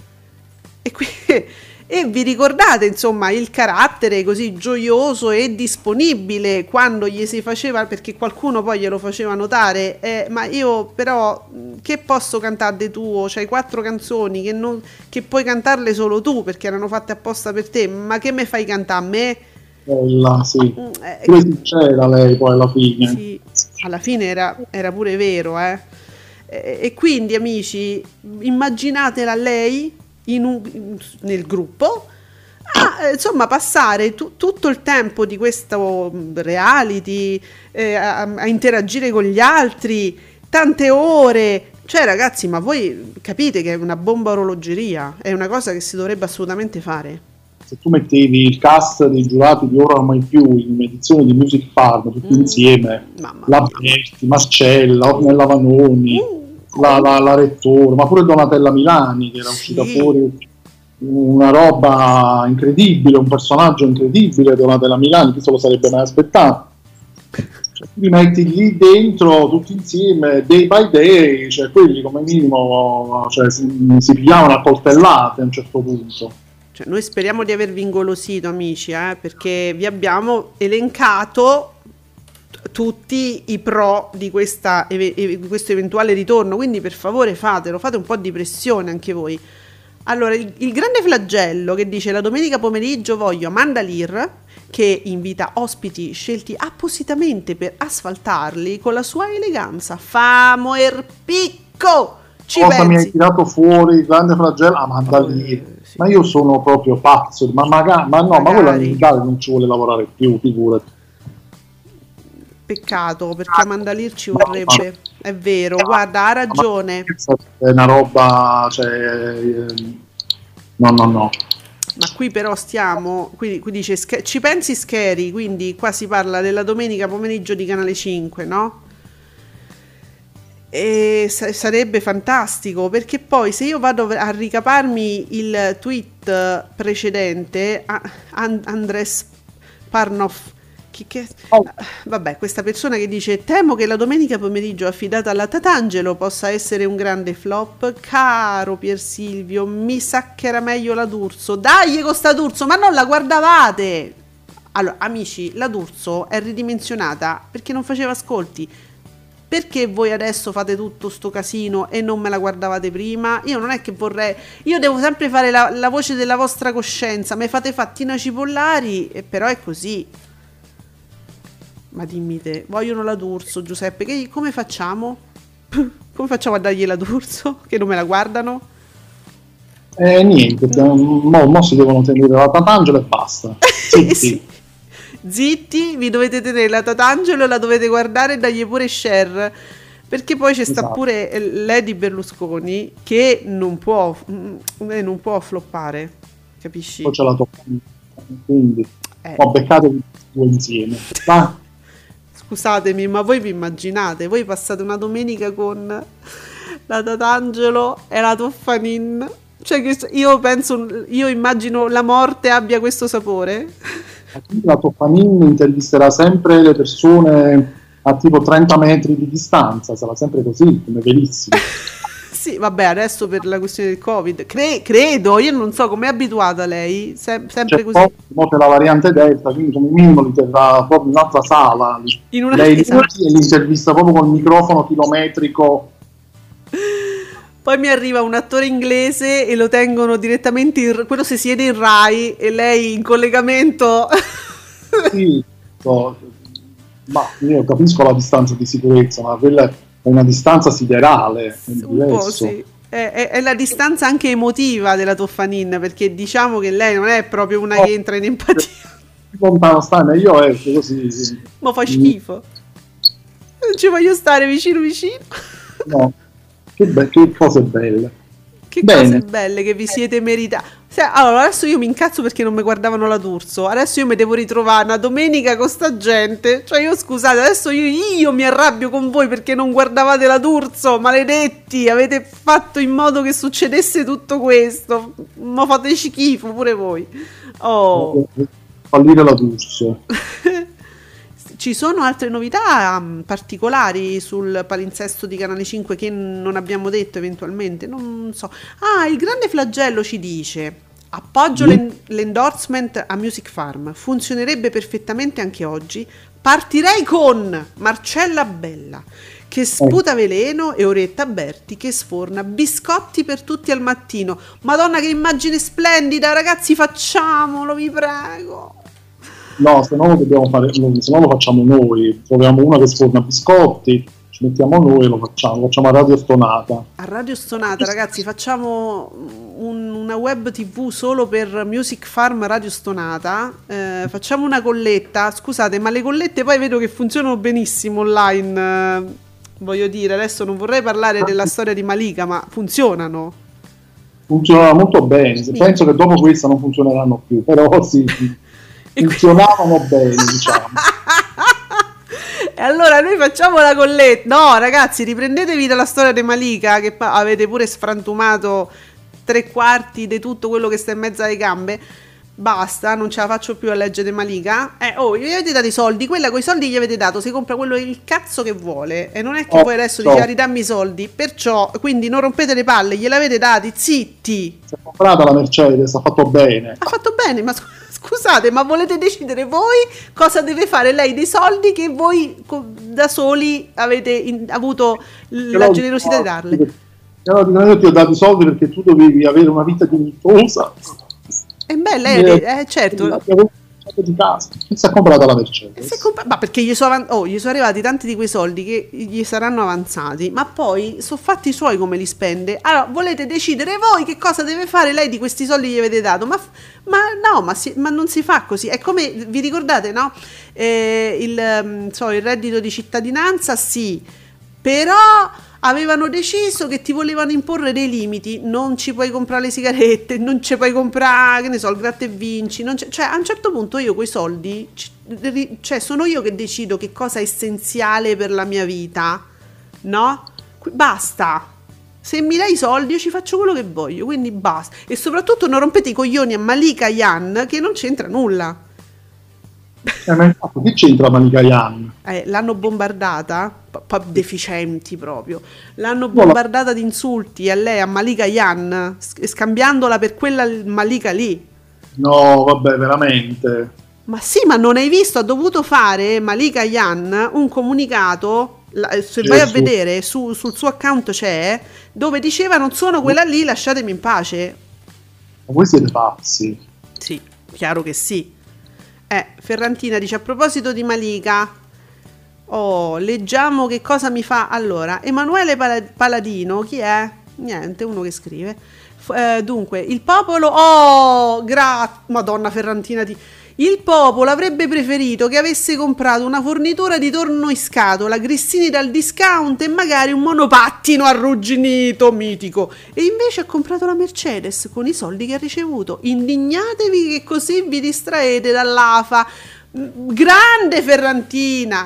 E vi ricordate, insomma, il carattere così gioioso e disponibile quando gli si faceva, perché qualcuno poi glielo faceva notare, ma io però che posso cantare di tuo? C'hai 4 canzoni che puoi cantarle solo tu perché erano fatte apposta per te, ma che me fai cantare a me? Bella, sì. Pure sincera lei poi alla fine. Sì, alla fine era pure vero, e quindi, amici, immaginatela lei nel gruppo insomma, passare tutto il tempo di questo reality a interagire con gli altri, tante ore. Cioè, ragazzi, ma voi capite che è una bomba a orologeria, è una cosa che si dovrebbe assolutamente fare. Se tu mettevi il cast dei giurati di Ora Mai Più in un'edizione di Music Farm tutti insieme, la Berti, Marcella, Ornella Vanoni, la Rettore, ma pure Donatella Milani, che era uscita fuori una roba incredibile, un personaggio incredibile, Donatella Milani, chi se lo sarebbe mai aspettato. Cioè, li metti lì dentro tutti insieme, day by day, cioè quelli come minimo, cioè, si pigliavano a coltellate a un certo punto. Cioè, noi speriamo di avervi ingolosito, amici, perché vi abbiamo elencato tutti i pro di questo eventuale ritorno, quindi per favore fatelo, fate un po' di pressione anche voi. Allora, il grande flagello che dice: la domenica pomeriggio voglio Amanda Lear, che invita ospiti scelti appositamente per asfaltarli con la sua eleganza. Famo er picco! Cosa mi hai tirato fuori il grande flagello? Amanda Lear. Sì. Ma io sono proprio pazzo, ma quella in Italia non ci vuole lavorare più, figurati. Peccato, perché Amanda Lear ci vorrebbe. È vero, guarda, ha ragione. È una roba, cioè, no. Ma qui però stiamo, qui dice, ci pensi Scary, quindi qua si parla della domenica pomeriggio di Canale 5, no? E sarebbe fantastico, perché poi se io vado a ricaparmi il tweet precedente, Andres Parnov, vabbè, questa persona che dice: temo che la domenica pomeriggio affidata alla Tatangelo possa essere un grande flop. Caro Pier Silvio, mi sa che era meglio la D'Urso. Dai con sta D'Urso, ma non la guardavate? Allora, amici, la D'Urso è ridimensionata perché non faceva ascolti. Perché voi adesso fate tutto sto casino e non me la guardavate prima? Io non è che vorrei, io devo sempre fare la voce della vostra coscienza. Me fate fattina cipollari, però è così. Ma dimmi te, vogliono la D'Urso, Giuseppe, come facciamo? Come facciamo a dargli la D'Urso? Che non me la guardano? Niente, mo si devono tenere la Tatangelo e basta. Sì. Zitti, vi dovete tenere la Tatangelo, la dovete guardare e dargli pure share, perché poi c'è sta pure Lady Berlusconi che non può floppare, capisci? Poi c'è la Toccani, quindi ho beccato due insieme. Va. Scusatemi, ma voi vi immaginate? Voi passate una domenica con la Tatangelo e la Toffanin? Cioè, io immagino la morte abbia questo sapore. La Toffanin intervisterà sempre le persone a tipo 30 metri di distanza, sarà sempre così, come verissimo. Sì, vabbè, adesso per la questione del Covid, credo, io non so com'è abituata lei, sempre così. Poi c'è la variante Delta, quindi come minimo li terrà proprio in un'altra sala. Lei l'intervista proprio col microfono chilometrico. Poi mi arriva un attore inglese e lo tengono direttamente, quello si siede in Rai e lei in collegamento. Sì, ma io capisco la distanza di sicurezza, ma quella è una distanza siderale. Un po' sì. È la distanza anche emotiva della Toffanin, perché diciamo che lei non è proprio una che entra in empatia. Lontano sta, meglio esce così. Ma fa schifo. Non ci voglio stare vicino. No. Che cose belle. Che cose belle che vi siete meritati. Allora, adesso io mi incazzo perché non mi guardavano la D'Urso. Adesso io mi devo ritrovare una domenica con sta gente. Cioè, io scusate, adesso io mi arrabbio con voi perché non guardavate la D'Urso. Maledetti, avete fatto in modo che succedesse tutto questo. Ma fate schifo pure voi. Oh. Fallire la D'Urso. Ci sono altre novità particolari sul palinsesto di Canale 5 che non abbiamo detto eventualmente? Non so. Il grande flagello ci dice: appoggio l'endorsement a Music Farm, funzionerebbe perfettamente anche oggi. Partirei con Marcella Bella che sputa veleno e Oretta Berti che sforna biscotti per tutti al mattino. Madonna, che immagine splendida, ragazzi, facciamolo, vi prego. No, se no lo dobbiamo fare, se no lo facciamo noi. Troviamo una che sforna biscotti, ci mettiamo noi e lo facciamo a Radio Stonata. A Radio Stonata, ragazzi, facciamo una web TV solo per Music Farm Radio Stonata. Facciamo una colletta. Scusate, ma le collette poi vedo che funzionano benissimo online. Voglio dire, adesso non vorrei parlare della storia di Malika, ma funzionano. Funzionano molto bene. Penso che dopo questa non funzioneranno più, però sì. Funzionavano bene, diciamo. E allora noi facciamo la colletta. No, ragazzi, riprendetevi dalla storia di Malika, che avete pure sfrantumato 3/4 di tutto quello che sta in mezzo alle gambe. Basta, non ce la faccio più a leggere Malika. Gli avete dato i soldi, quella con i soldi gli avete dato, si compra quello il cazzo che vuole. E non è che poi adesso dice ridammi i soldi. Perciò, quindi non rompete le palle, gliel'avete dati, zitti. Si è comprata la Mercedes, ha fatto bene. Ha fatto bene, ma scusate, ma volete decidere voi cosa deve fare lei dei soldi che voi da soli avete avuto la generosità di darle? Io ti ho dato i soldi perché tu dovevi avere una vita dignitosa. E beh, lei, certo. Di casa. Si è comprata la Mercedes. Ma perché gli sono arrivati tanti di quei soldi che gli saranno avanzati, ma poi sono fatti suoi come li spende. Allora, volete decidere voi che cosa deve fare lei di questi soldi che gli avete dato? Ma non si fa così. È come, vi ricordate, no? Il reddito di cittadinanza, sì, però avevano deciso che ti volevano imporre dei limiti. Non ci puoi comprare le sigarette, non ci puoi comprare, che ne so, il gratta e vinci. Cioè, a un certo punto io quei soldi, cioè, sono io che decido che cosa è essenziale per la mia vita, no? Basta. Se mi dai i soldi io ci faccio quello che voglio, quindi basta. E soprattutto non rompete i coglioni a Malika Yan, che non c'entra nulla. Ma infatti, che c'entra Malika Yan? L'hanno bombardata, deficienti proprio, l'hanno bombardata di insulti a lei, a Malika Yan, scambiandola per quella Malika lì. No, vabbè, veramente. Ma sì, ma non hai visto? Ha dovuto fare Malika Yan un comunicato, se vai a vedere sul suo account c'è, dove diceva non sono quella lì, lasciatemi in pace. Ma voi siete pazzi. Sì, chiaro che sì. Ferrantina dice: a proposito di Malika, leggiamo che cosa mi fa. Allora, Emanuele Paladino, chi è? Niente, uno che scrive. Dunque, il popolo, Madonna Ferrantina, il popolo avrebbe preferito che avesse comprato una fornitura di tonno in scatola, grissini dal discount e magari un monopattino arrugginito, mitico. E invece ha comprato la Mercedes con i soldi che ha ricevuto. Indignatevi che così vi distraete dall'AFA. Grande Ferrantina.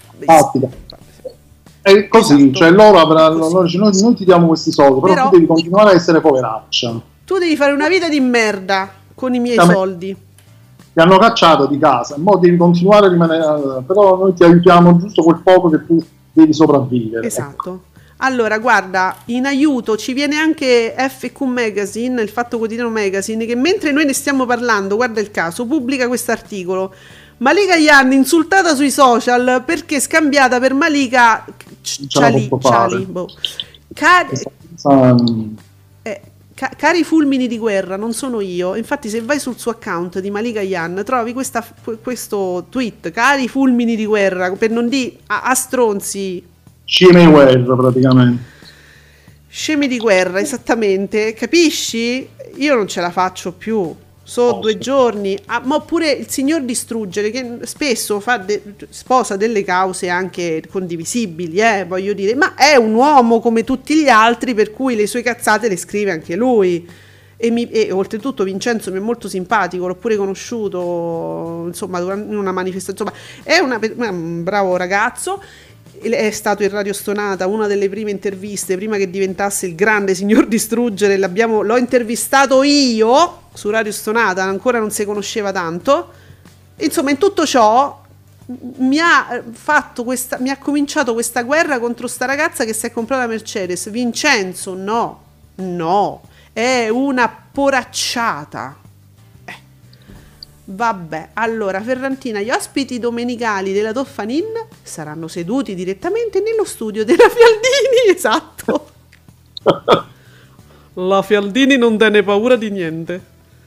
È così, esatto. Cioè noi ti diamo questi soldi, però tu devi continuare a essere poveraccia. Tu devi fare una vita di merda con i miei soldi. Ti hanno cacciato di casa, mo devi continuare a rimanere, però noi ti aiutiamo giusto quel poco che tu devi sopravvivere. Esatto. Allora, guarda, in aiuto ci viene anche FQ Magazine, il Fatto Quotidiano Magazine, che mentre noi ne stiamo parlando, guarda il caso, pubblica questo articolo. Malika Yan insultata sui social perché scambiata per Malika Ciali. Cari fulmini di guerra, non sono io. Infatti, se vai sul suo account di Malika Yan trovi questo tweet: cari fulmini di guerra, per non dire a stronzi. Scemi di guerra, praticamente. Scemi di guerra, esattamente. Capisci? Io non ce la faccio più. Sono 2 giorni. Ma oppure il signor Distruggere, che spesso sposa delle cause anche condivisibili, voglio dire, ma è un uomo come tutti gli altri, per cui le sue cazzate le scrive anche lui. E oltretutto Vincenzo mi è molto simpatico, l'ho pure conosciuto insomma in una manifestazione, insomma è un bravo ragazzo. È stato in Radio Stonata, una delle prime interviste prima che diventasse il grande signor Distruggere. L'ho intervistato io su Radio Stonata, ancora non si conosceva tanto. Insomma, in tutto ciò mi ha cominciato questa guerra contro sta ragazza che si è comprata la Mercedes. Vincenzo, no, è una poracciata. Vabbè, allora Ferrantina, gli ospiti domenicali della Toffanin saranno seduti direttamente nello studio della Fialdini, esatto. La Fialdini non tiene paura di niente.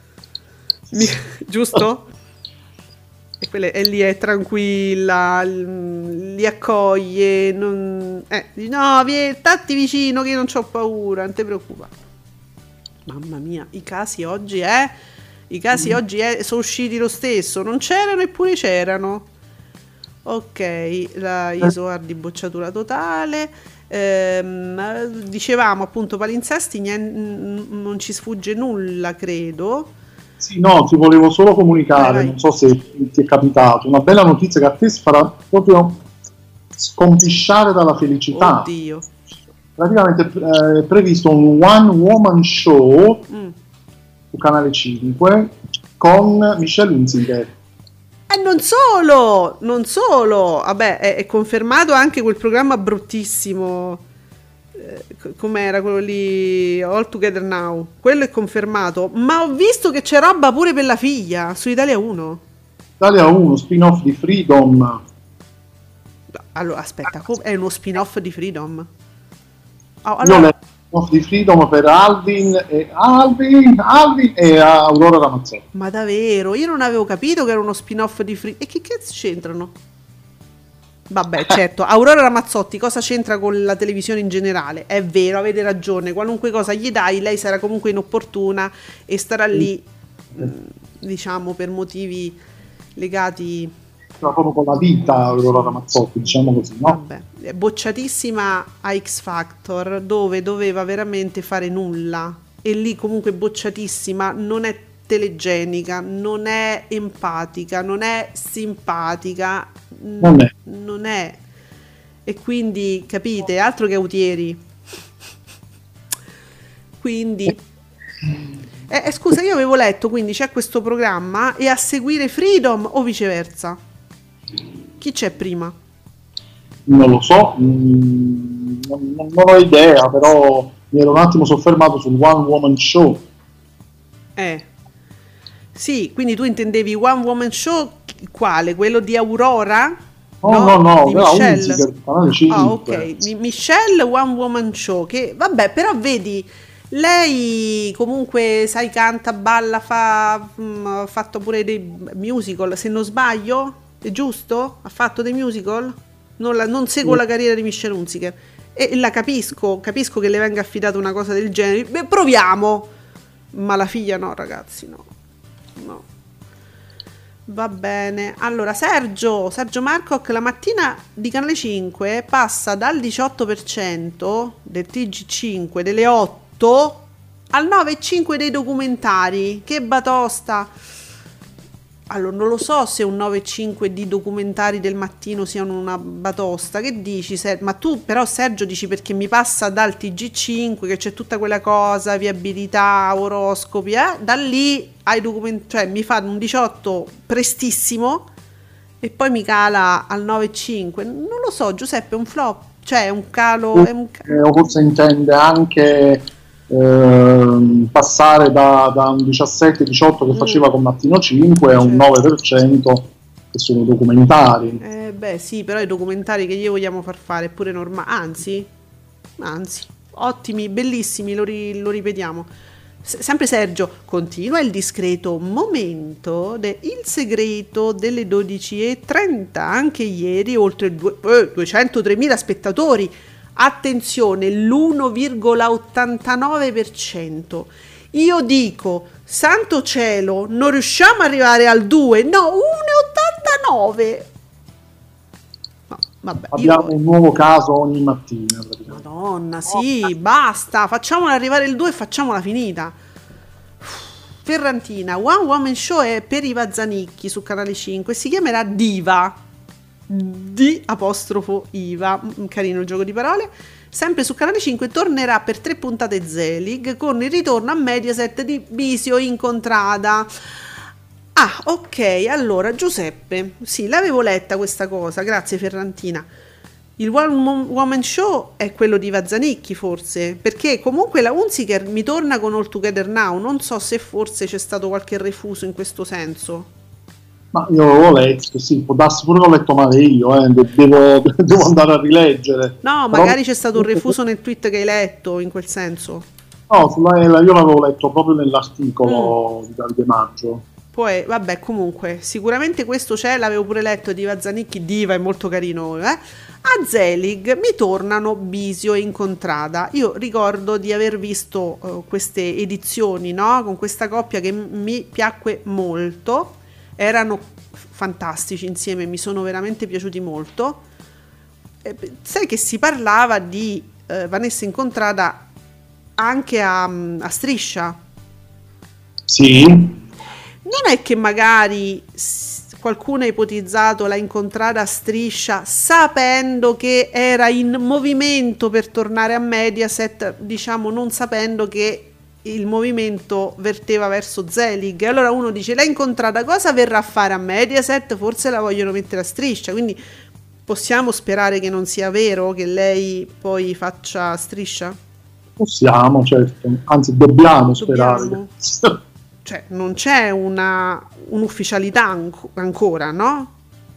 Giusto? E lì è tranquilla, li accoglie, no, statti vicino che io non c'ho paura, non ti preoccupare. Mamma mia, i casi oggi sono usciti lo stesso, non c'erano eppure c'erano. Ok, la Isoar di bocciatura totale. Dicevamo appunto palinsesti, non ci sfugge nulla, credo. Sì, no, ti volevo solo comunicare, Vai. non so se ti è capitato, una bella notizia che a te farà proprio scompisciare dalla felicità. Oddio. Praticamente è previsto un one woman show su Canale 5 con Michelle Hunziker. E non solo, vabbè, è confermato anche quel programma bruttissimo, com'era quello lì, All Together Now, quello è confermato, ma ho visto che c'è roba pure per la figlia su Italia 1. Italia 1, spin-off di Freedom. Allora, aspetta, è uno spin-off di Freedom? Oh, Io allora, leggo spin-off di Freedom per Alvin e Aurora Ramazzotti. ma davvero? Io non avevo capito che era uno spin-off di Freedom. E che cazzo c'entrano? Vabbè, certo, Aurora Ramazzotti cosa c'entra con la televisione in generale? È vero, avete ragione, qualunque cosa gli dai, lei sarà comunque inopportuna e starà lì, diciamo, per motivi legati... Proprio con la vita Aurora Ramazzotti, diciamo così, no? Vabbè, è bocciatissima a X Factor, dove doveva veramente fare nulla, e lì comunque bocciatissima, non è telegenica, non è empatica, non è simpatica, non è, e quindi capite, altro che Autieri. Quindi scusa, io avevo letto, quindi c'è questo programma e a seguire Freedom o viceversa? Chi c'è prima? Non lo so, non ho idea, però mi ero un attimo soffermato sul One Woman Show. Sì, quindi tu intendevi One Woman Show quale? Quello di Aurora? No, di però Michelle. Hunziker, Canale 5. Ah, ok. Michelle One Woman Show, che vabbè, però vedi, lei comunque, sai, canta, balla, ha fatto pure dei musical, se non sbaglio, è giusto? Ha fatto dei musical? Non seguo la carriera di Michelle Hunziker e la capisco che le venga affidata una cosa del genere. Beh, proviamo, ma la figlia no, ragazzi, no. Va bene, allora Sergio Marcoc la mattina di Canale 5 passa dal 18% del TG5 delle 8 al 9,5 dei documentari. Che batosta! Allora, non lo so se un 9,5 di documentari del mattino siano una batosta. Che dici? Ma tu però, Sergio, dici perché mi passa dal TG5 che c'è tutta quella cosa, viabilità, oroscopi, da lì ai documentari, cioè mi fa un 18 prestissimo e poi mi cala al 9,5. Non lo so, Giuseppe, è un flop, cioè è un calo. O forse intende anche passare da un 17-18 che faceva con Mattino 5 a un 9% che sono documentari. Beh sì, però i documentari che gli vogliamo far fare è pure normale, anzi ottimi, bellissimi, lo ripetiamo. Sempre Sergio, continua il discreto momento Il segreto delle 12:30, anche ieri oltre 203.000 spettatori. Attenzione, l'1,89%. Io dico, santo cielo, non riusciamo ad arrivare al 2, no, 1,89. No, vabbè, Abbiamo un nuovo caso ogni mattina. Madonna, sì, basta, facciamola arrivare il 2 e facciamola finita. Ferrantina, One Woman Show è per Iva Zanicchi su Canale 5, si chiamerà Diva, Iva, un carino gioco di parole. Sempre su Canale 5 tornerà per 3 puntate Zelig con il ritorno a Mediaset di Bisio Incontrada. Ah, ok, allora Giuseppe, sì, l'avevo letta questa cosa, grazie Ferrantina. Il One Woman Show è quello di Iva Zanicchi forse, perché comunque la Hunziker mi torna con All Together Now, non so se forse c'è stato qualche refuso in questo senso. Ma io l'avevo letto, sì, può darsi pure che l'ho letto male io, devo andare a rileggere. No, Però magari c'è stato un refuso nel tweet che hai letto, in quel senso. No, io l'avevo letto proprio nell'articolo di Davide Maggio. Poi, vabbè, comunque, sicuramente questo c'è, l'avevo pure letto di Iva Zanicchi, Diva, è molto carino, A Zelig mi tornano Bisio e Incontrada. Io ricordo di aver visto queste edizioni, no? Con questa coppia che mi piacque molto. Erano fantastici insieme, mi sono veramente piaciuti molto. Sai che si parlava di Vanessa Incontrada anche a Striscia? Sì. Non è che magari qualcuno ha ipotizzato la Incontrada a Striscia sapendo che era in movimento per tornare a Mediaset, diciamo non sapendo che il movimento verteva verso Zelig. Allora uno dice, la Incontrada cosa verrà a fare a Mediaset? Forse la vogliono mettere a Striscia, quindi possiamo sperare che non sia vero che lei poi faccia Striscia? Possiamo, certo, anzi dobbiamo sperare. Cioè non c'è un'ufficialità ancora, no?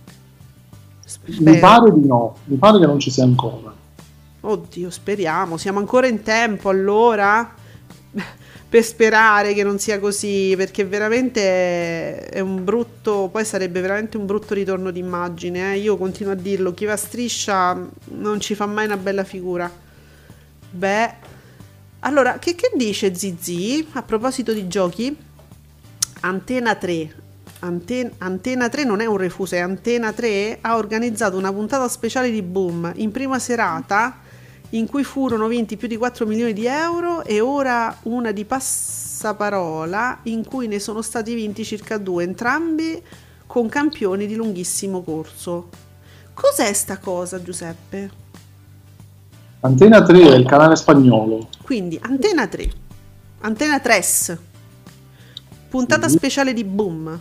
Mi pare di no, mi pare che non ci sia ancora. Oddio, speriamo, siamo ancora in tempo allora per sperare che non sia così, perché veramente è un brutto, poi sarebbe veramente un brutto ritorno d'immagine, io continuo a dirlo, chi va a Striscia non ci fa mai una bella figura. Beh, allora che dice Zizi a proposito di giochi? Antena 3 non è un refuso, è Antena 3 ha organizzato una puntata speciale di Boom in prima serata in cui furono vinti più di 4 milioni di euro e ora una di Passaparola in cui ne sono stati vinti circa 2, entrambi con campioni di lunghissimo corso. Cos'è sta cosa, Giuseppe? Antena 3 è il canale spagnolo. Quindi Antena 3, Antena 3, puntata speciale di Boom.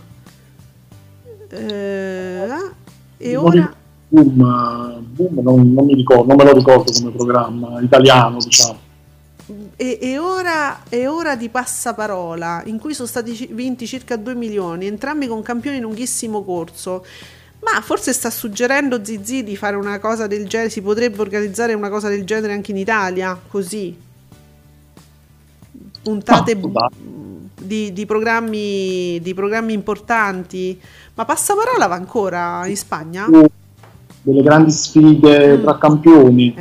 E ora... Boom, non mi ricordo, non me lo ricordo come programma italiano, diciamo. E ora di Passaparola, in cui sono stati vinti circa 2 milioni, entrambi con campioni in lunghissimo corso. Ma forse sta suggerendo Zizi di fare una cosa del genere, si potrebbe organizzare una cosa del genere anche in Italia, così. Puntate di programmi importanti. Ma Passaparola va ancora in Spagna? Delle grandi sfide tra campioni.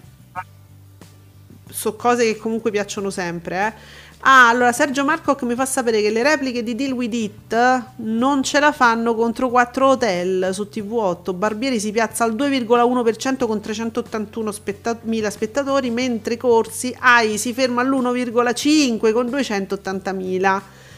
So cose che comunque piacciono sempre, Ah, allora Sergio Marcoc mi fa sapere che le repliche di Deal With It non ce la fanno contro 4 hotel su TV8. Barbieri si piazza al 2,1% con 381.000 spettatori, mentre Corsi AI si ferma all'1,5% con 280.000.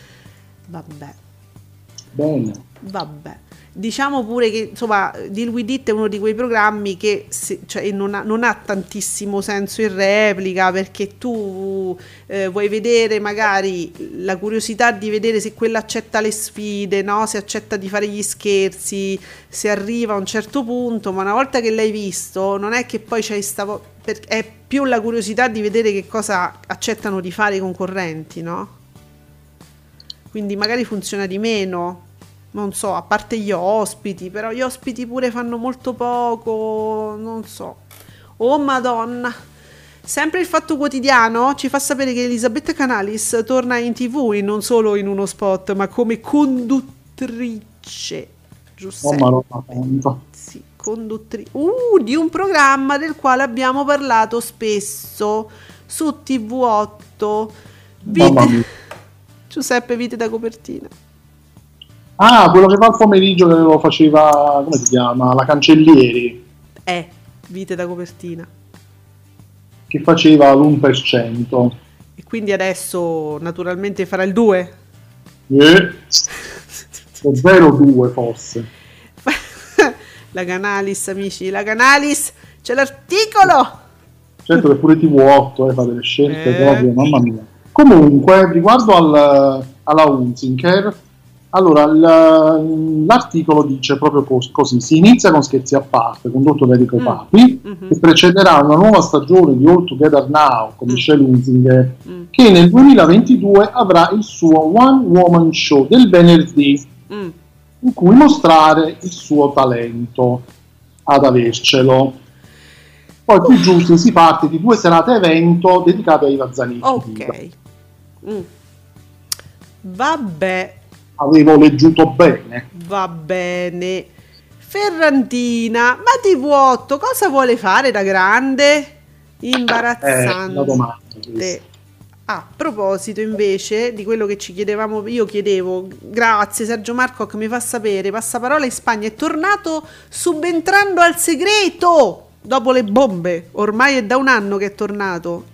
Vabbè. Diciamo pure che insomma Deal With It è uno di quei programmi che non ha tantissimo senso in replica, perché tu vuoi vedere magari la curiosità di vedere se quella accetta le sfide, no? Se accetta di fare gli scherzi, se arriva a un certo punto, ma una volta che l'hai visto non è che poi è più la curiosità di vedere che cosa accettano di fare i concorrenti, no? Quindi magari funziona di meno. Non so, a parte gli ospiti, però gli ospiti pure fanno molto poco, non so. Oh Madonna. Sempre il Fatto Quotidiano ci fa sapere che Elisabetta Canalis torna in TV e non solo in uno spot, ma come conduttrice. Giuseppe. Sì, conduttrice. Di un programma del quale abbiamo parlato spesso su TV8. Giuseppe, Vite da copertina. Ah, quello che fa il pomeriggio che lo faceva, come si chiama? La Cancellieri. Vite da copertina. Che faceva l'1%. E quindi adesso naturalmente farà il 2%. Ovvero 2 forse. La Canalis, amici, la Canalis, c'è l'articolo. Certo che pure TV8 fa delle scelte Eh. proprio, mamma mia. Comunque, riguardo alla Hunziker, allora l'articolo dice proprio così: si inizia con Scherzi a parte, condotto da Enrico Papi, e precederà una nuova stagione di All Together Now con Michelle Hunziker, che nel 2022 avrà il suo One Woman Show del venerdì, in cui mostrare il suo talento ad avercelo. Poi più giusto si parte di 2 serate evento dedicate ai Zanicchi. Ok. Vabbè, Avevo leggiuto bene. va bene. Ferrantina, ma TV8 cosa vuole fare da grande? Imbarazzante. La domanda questa. A proposito invece di quello che ci chiedevamo, io chiedevo, grazie Sergio Marco che mi fa sapere, Passaparola in Spagna è tornato subentrando al segreto dopo le bombe, ormai è da 1 anno che è tornato.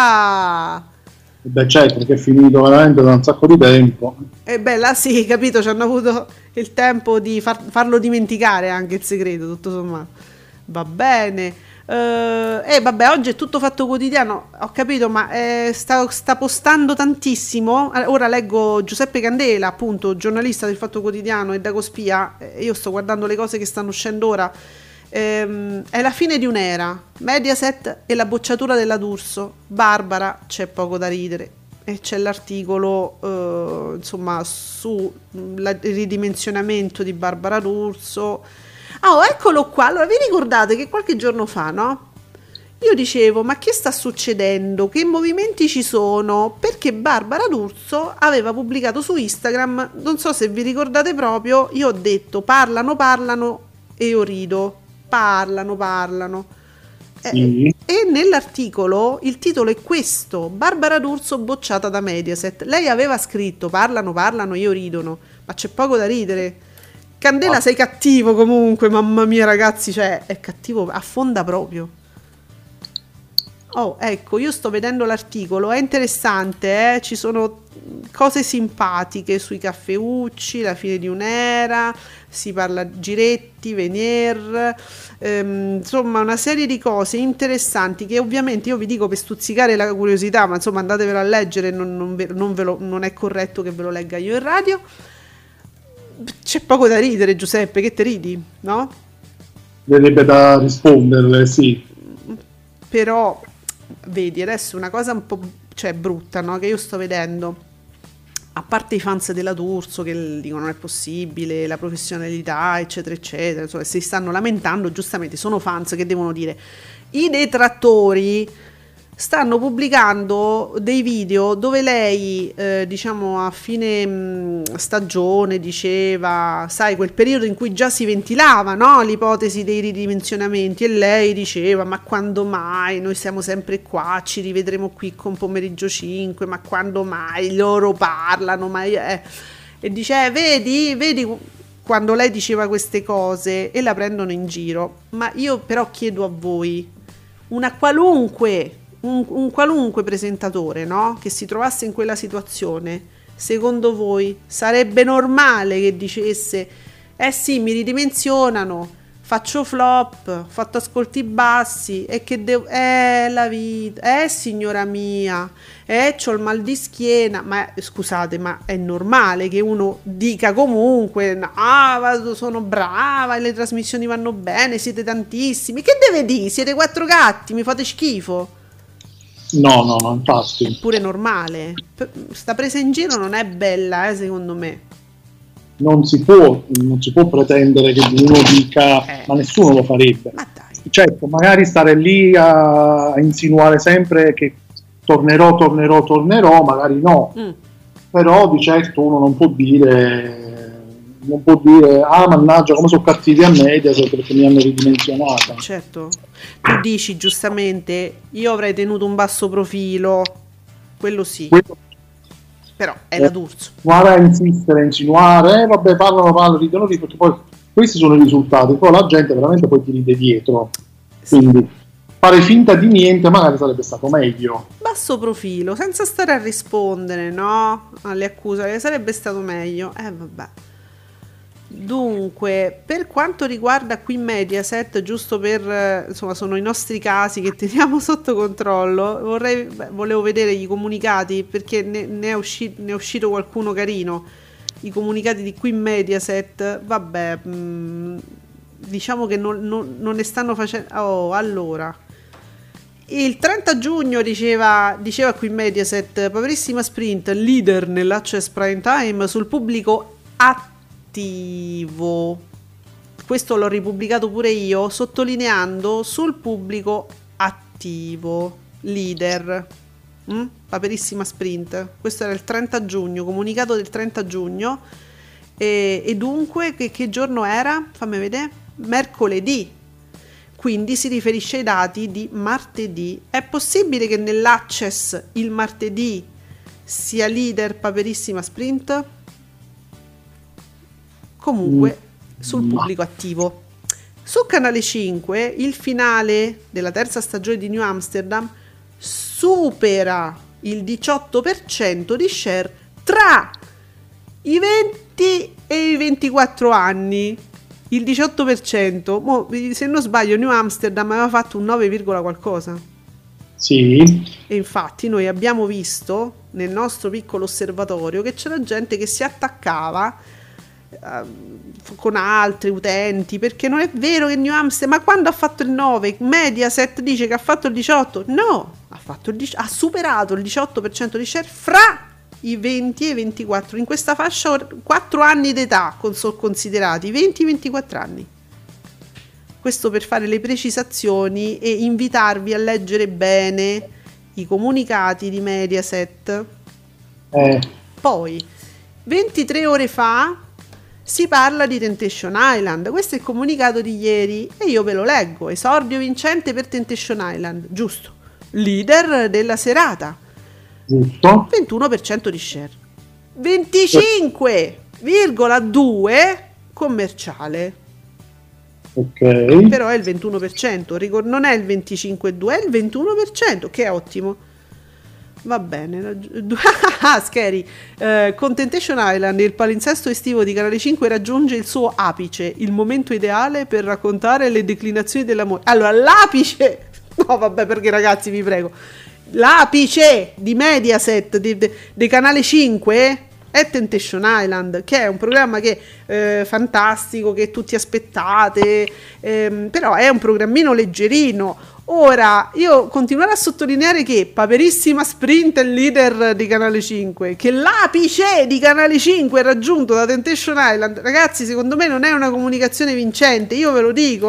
Beh, certo, perché è finito veramente da un sacco di tempo. E bella sì, capito, ci hanno avuto il tempo di farlo dimenticare anche il segreto, tutto sommato. Va bene. Vabbè, oggi è tutto Fatto Quotidiano, ho capito, ma sta postando tantissimo. Ora leggo Giuseppe Candela, appunto, giornalista del Fatto Quotidiano e Dago Spia. Io sto guardando le cose che stanno uscendo ora. È la fine di un'era. Mediaset e la bocciatura della D'Urso. Barbara, c'è poco da ridere. E c'è l'articolo insomma sul ridimensionamento di Barbara D'Urso. Oh, eccolo qua. Allora, vi ricordate che qualche giorno fa, no? Io dicevo, ma che sta succedendo? Che movimenti ci sono? Perché Barbara D'Urso aveva pubblicato su Instagram, non so se vi ricordate proprio, io ho detto parlano e io rido. Parlano. Sì. E nell'articolo il titolo è questo: Barbara D'Urso bocciata da Mediaset. Lei aveva scritto parlano, io ridono, ma c'è poco da ridere. Candela, sei cattivo comunque, mamma mia ragazzi, cioè è cattivo, affonda proprio. Oh, ecco, io sto vedendo l'articolo, è interessante, ci sono cose simpatiche sui caffeucci, la fine di un'era, si parla Giretti, Venier, insomma una serie di cose interessanti che ovviamente io vi dico per stuzzicare la curiosità, ma insomma andatevelo a leggere, non è corretto che ve lo legga io in radio. C'è poco da ridere, Giuseppe, che te ridi, no? Verrebbe da risponderle, sì. Però vedi, adesso una cosa un po' brutta, no? Che io sto vedendo, a parte i fans della D'Urso che dicono non è possibile, la professionalità eccetera eccetera, insomma, si stanno lamentando, giustamente sono fans che devono dire. I detrattori stanno pubblicando dei video dove lei diciamo a fine stagione diceva, sai, quel periodo in cui già si ventilava, no? L'ipotesi dei ridimensionamenti, e lei diceva ma quando mai, noi siamo sempre qua, ci rivedremo qui con Pomeriggio 5, ma quando mai loro parlano, e dice vedi quando lei diceva queste cose e la prendono in giro. Ma io però chiedo a voi, un qualunque presentatore, no? Che si trovasse in quella situazione, secondo voi sarebbe normale che dicesse sì, mi ridimensionano, faccio flop, ho fatto ascolti bassi e che la vita, signora mia, c'ho il mal di schiena, ma scusate, ma è normale che uno dica comunque sono brava, le trasmissioni vanno bene, siete tantissimi, che deve dire? Siete 4 gatti, mi fate schifo. No, infatti. È pure normale. Sta presa in giro non è bella, secondo me. Non si può pretendere che uno dica, ma nessuno lo farebbe. Ma dai. Certo, magari stare lì a insinuare sempre che tornerò, magari no. Però di certo uno non può dire mannaggia come sono cattivi a Mediaset perché mi hanno ridimensionata. Certo, tu dici giustamente io avrei tenuto un basso profilo, quello sì, però è la D'Urso. Guarda, insistere, insinuare, vabbè, parlano, ridono, perché poi questi sono i risultati, poi la gente veramente poi ti ride dietro. Quindi fare finta di niente magari sarebbe stato meglio. Basso profilo, senza stare a rispondere, no? Alle accuse, sarebbe stato meglio. Vabbè. Dunque, per quanto riguarda qui Mediaset, giusto per, insomma, sono i nostri casi che teniamo sotto controllo, volevo vedere i comunicati, perché ne è uscito qualcuno carino. I comunicati di qui Mediaset, vabbè, diciamo che non ne stanno facendo. Oh, allora, il 30 giugno diceva qui Mediaset: Paperissima Sprint, leader nell'access prime time sul pubblico attivo. Questo l'ho ripubblicato pure io, sottolineando sul pubblico attivo, leader. Paperissima Sprint. Questo era il 30 giugno, comunicato del 30 giugno. E dunque che giorno era? Fammi vedere. Mercoledì. Quindi si riferisce ai dati di martedì. È possibile che nell'access il martedì sia leader Paperissima Sprint? Comunque sul pubblico attivo. Su Canale 5 il finale della terza stagione di New Amsterdam supera il 18% di share tra i 20 e i 24 anni. Il 18%, se non sbaglio New Amsterdam aveva fatto un 9, qualcosa. Sì. E infatti noi abbiamo visto nel nostro piccolo osservatorio che c'era gente che si attaccava con altri utenti, perché non è vero che New Amsterdam, ma quando ha fatto il 9 Mediaset dice che ha fatto il 18, no, ha superato il 18% di share fra i 20 e i 24, in questa fascia 4 anni d'età sono considerati 20-24 anni. Questo per fare le precisazioni e invitarvi a leggere bene i comunicati di Mediaset. Poi 23 ore fa si parla di Temptation Island. Questo è il comunicato di ieri e io ve lo leggo. Esordio vincente per Temptation Island, giusto, leader della serata, giusto, 21% di share, 25,2 commerciale. Ok. Però è il 21%, non è il 25,2, è il 21%, che è ottimo. Va bene. Scary. Con Temptation Island il palinsesto estivo di Canale 5 raggiunge il suo apice, il momento ideale per raccontare le declinazioni dell'amore. Allora, l'apice, no vabbè, perché ragazzi vi prego, l'apice di Mediaset di Canale 5 è Temptation Island, che è un programma che fantastico, che tutti aspettate, però è un programmino leggerino. Ora, io continuerò a sottolineare che Paperissima Sprint è il leader di Canale 5, che l'apice di Canale 5 è raggiunto da Temptation Island. Ragazzi, secondo me non è una comunicazione vincente, io ve lo dico,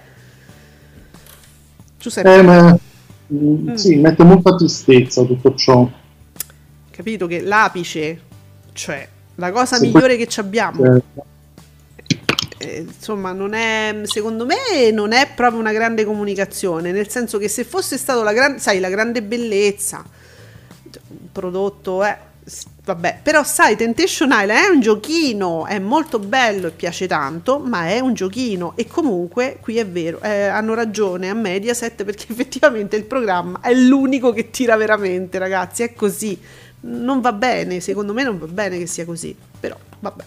Giuseppe. Sì, mette molta tristezza tutto ciò. Capito che l'apice, cioè la cosa migliore che ci abbiamo, insomma, non è, secondo me non è proprio una grande comunicazione, nel senso che se fosse stato la grande bellezza, un prodotto, vabbè, però sai, Temptation Island è un giochino, è molto bello e piace tanto, ma è un giochino. E comunque qui è vero, hanno ragione a Mediaset, perché effettivamente il programma è l'unico che tira veramente, ragazzi, è così. Non va bene, secondo me non va bene che sia così, però vabbè.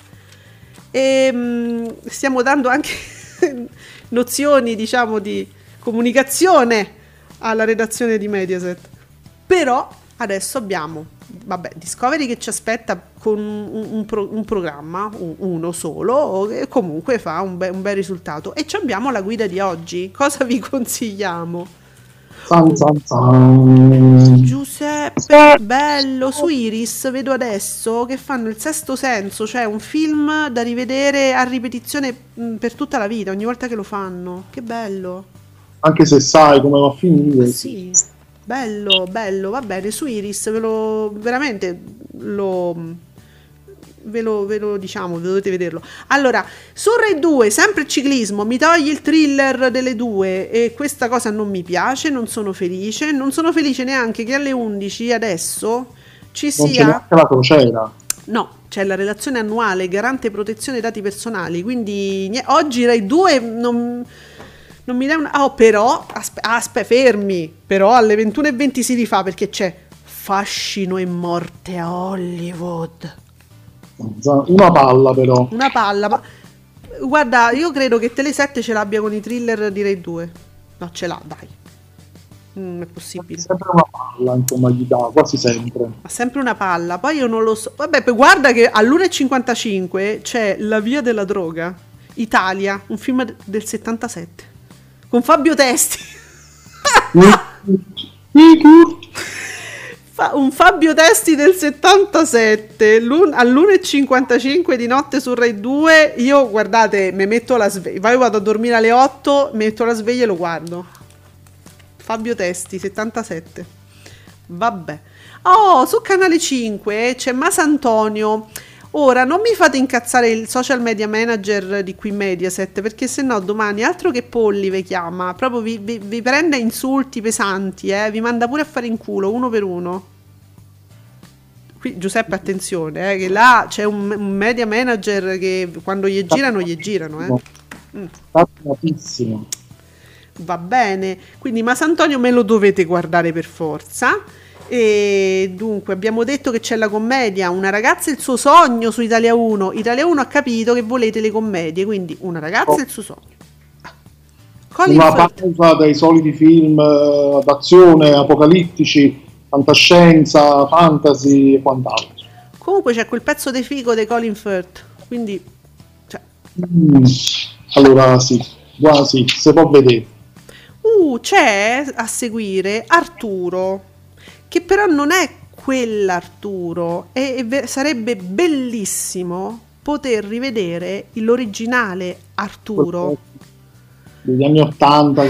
E stiamo dando anche nozioni, diciamo, di comunicazione alla redazione di Mediaset. Però adesso abbiamo, vabbè, Discovery che ci aspetta con un programma, uno solo, che comunque fa un bel risultato. E ci abbiamo la guida di oggi. Cosa vi consigliamo? Giuseppe, bello, su Iris vedo adesso che fanno Il Sesto Senso, cioè un film da rivedere a ripetizione per tutta la vita, ogni volta che lo fanno. Che bello. Anche se sai come va a finire. Sì, bello, va bene, su Iris ve lo diciamo, dovete vederlo. Allora, su Rai 2, sempre ciclismo, mi togli il thriller delle 2 e questa cosa non mi piace, non sono felice neanche che alle 11 adesso ci sia... Non c'è neanche la crociera. No, c'è la relazione annuale garante protezione dati personali, quindi oggi Rai 2 Non mi dai una... Oh, però, fermi. Però alle 21:20 si rifà perché c'è Fascino e morte a Hollywood. Una palla però. Una palla, ma... Guarda, io credo che Tele7 ce l'abbia con i thriller di Rai 2. No, ce l'ha, dai. Non è possibile. Sempre una palla, insomma, gli dà, quasi sempre. Ma sempre una palla. Poi io non lo so. Vabbè, poi guarda che all'1:55 c'è La via della droga, Italia, un film del 77. Con Fabio Testi. Un Fabio Testi del 77 all'1:55 di notte su Rai 2. Io, guardate, mi metto la sveglia. Poi vado a dormire alle 8, mi metto la sveglia e lo guardo. Fabio Testi 77. Vabbè. Oh, su Canale 5 c'è Masantonio. Ora non mi fate incazzare il social media manager di qui Mediaset, perché sennò domani altro che Polli vi chiama, proprio vi prende insulti pesanti, vi manda pure a fare in culo uno per uno. Qui Giuseppe, attenzione, che là c'è un media manager che quando gli girano. Fattatissimo. Va bene, quindi Masantonio me lo dovete guardare per forza. E dunque abbiamo detto che c'è la commedia Una ragazza e il suo sogno su Italia 1. Italia 1 ha capito che volete le commedie, quindi Una ragazza e il suo sogno. Una pausa dai soliti film d'azione, apocalittici, fantascienza, fantasy e quant'altro. Comunque c'è quel pezzo di figo di Colin Firth, quindi allora sì, si può vedere. C'è a seguire Arturo, che però non è quell'Arturo, e sarebbe bellissimo poter rivedere l'originale Arturo degli anni 80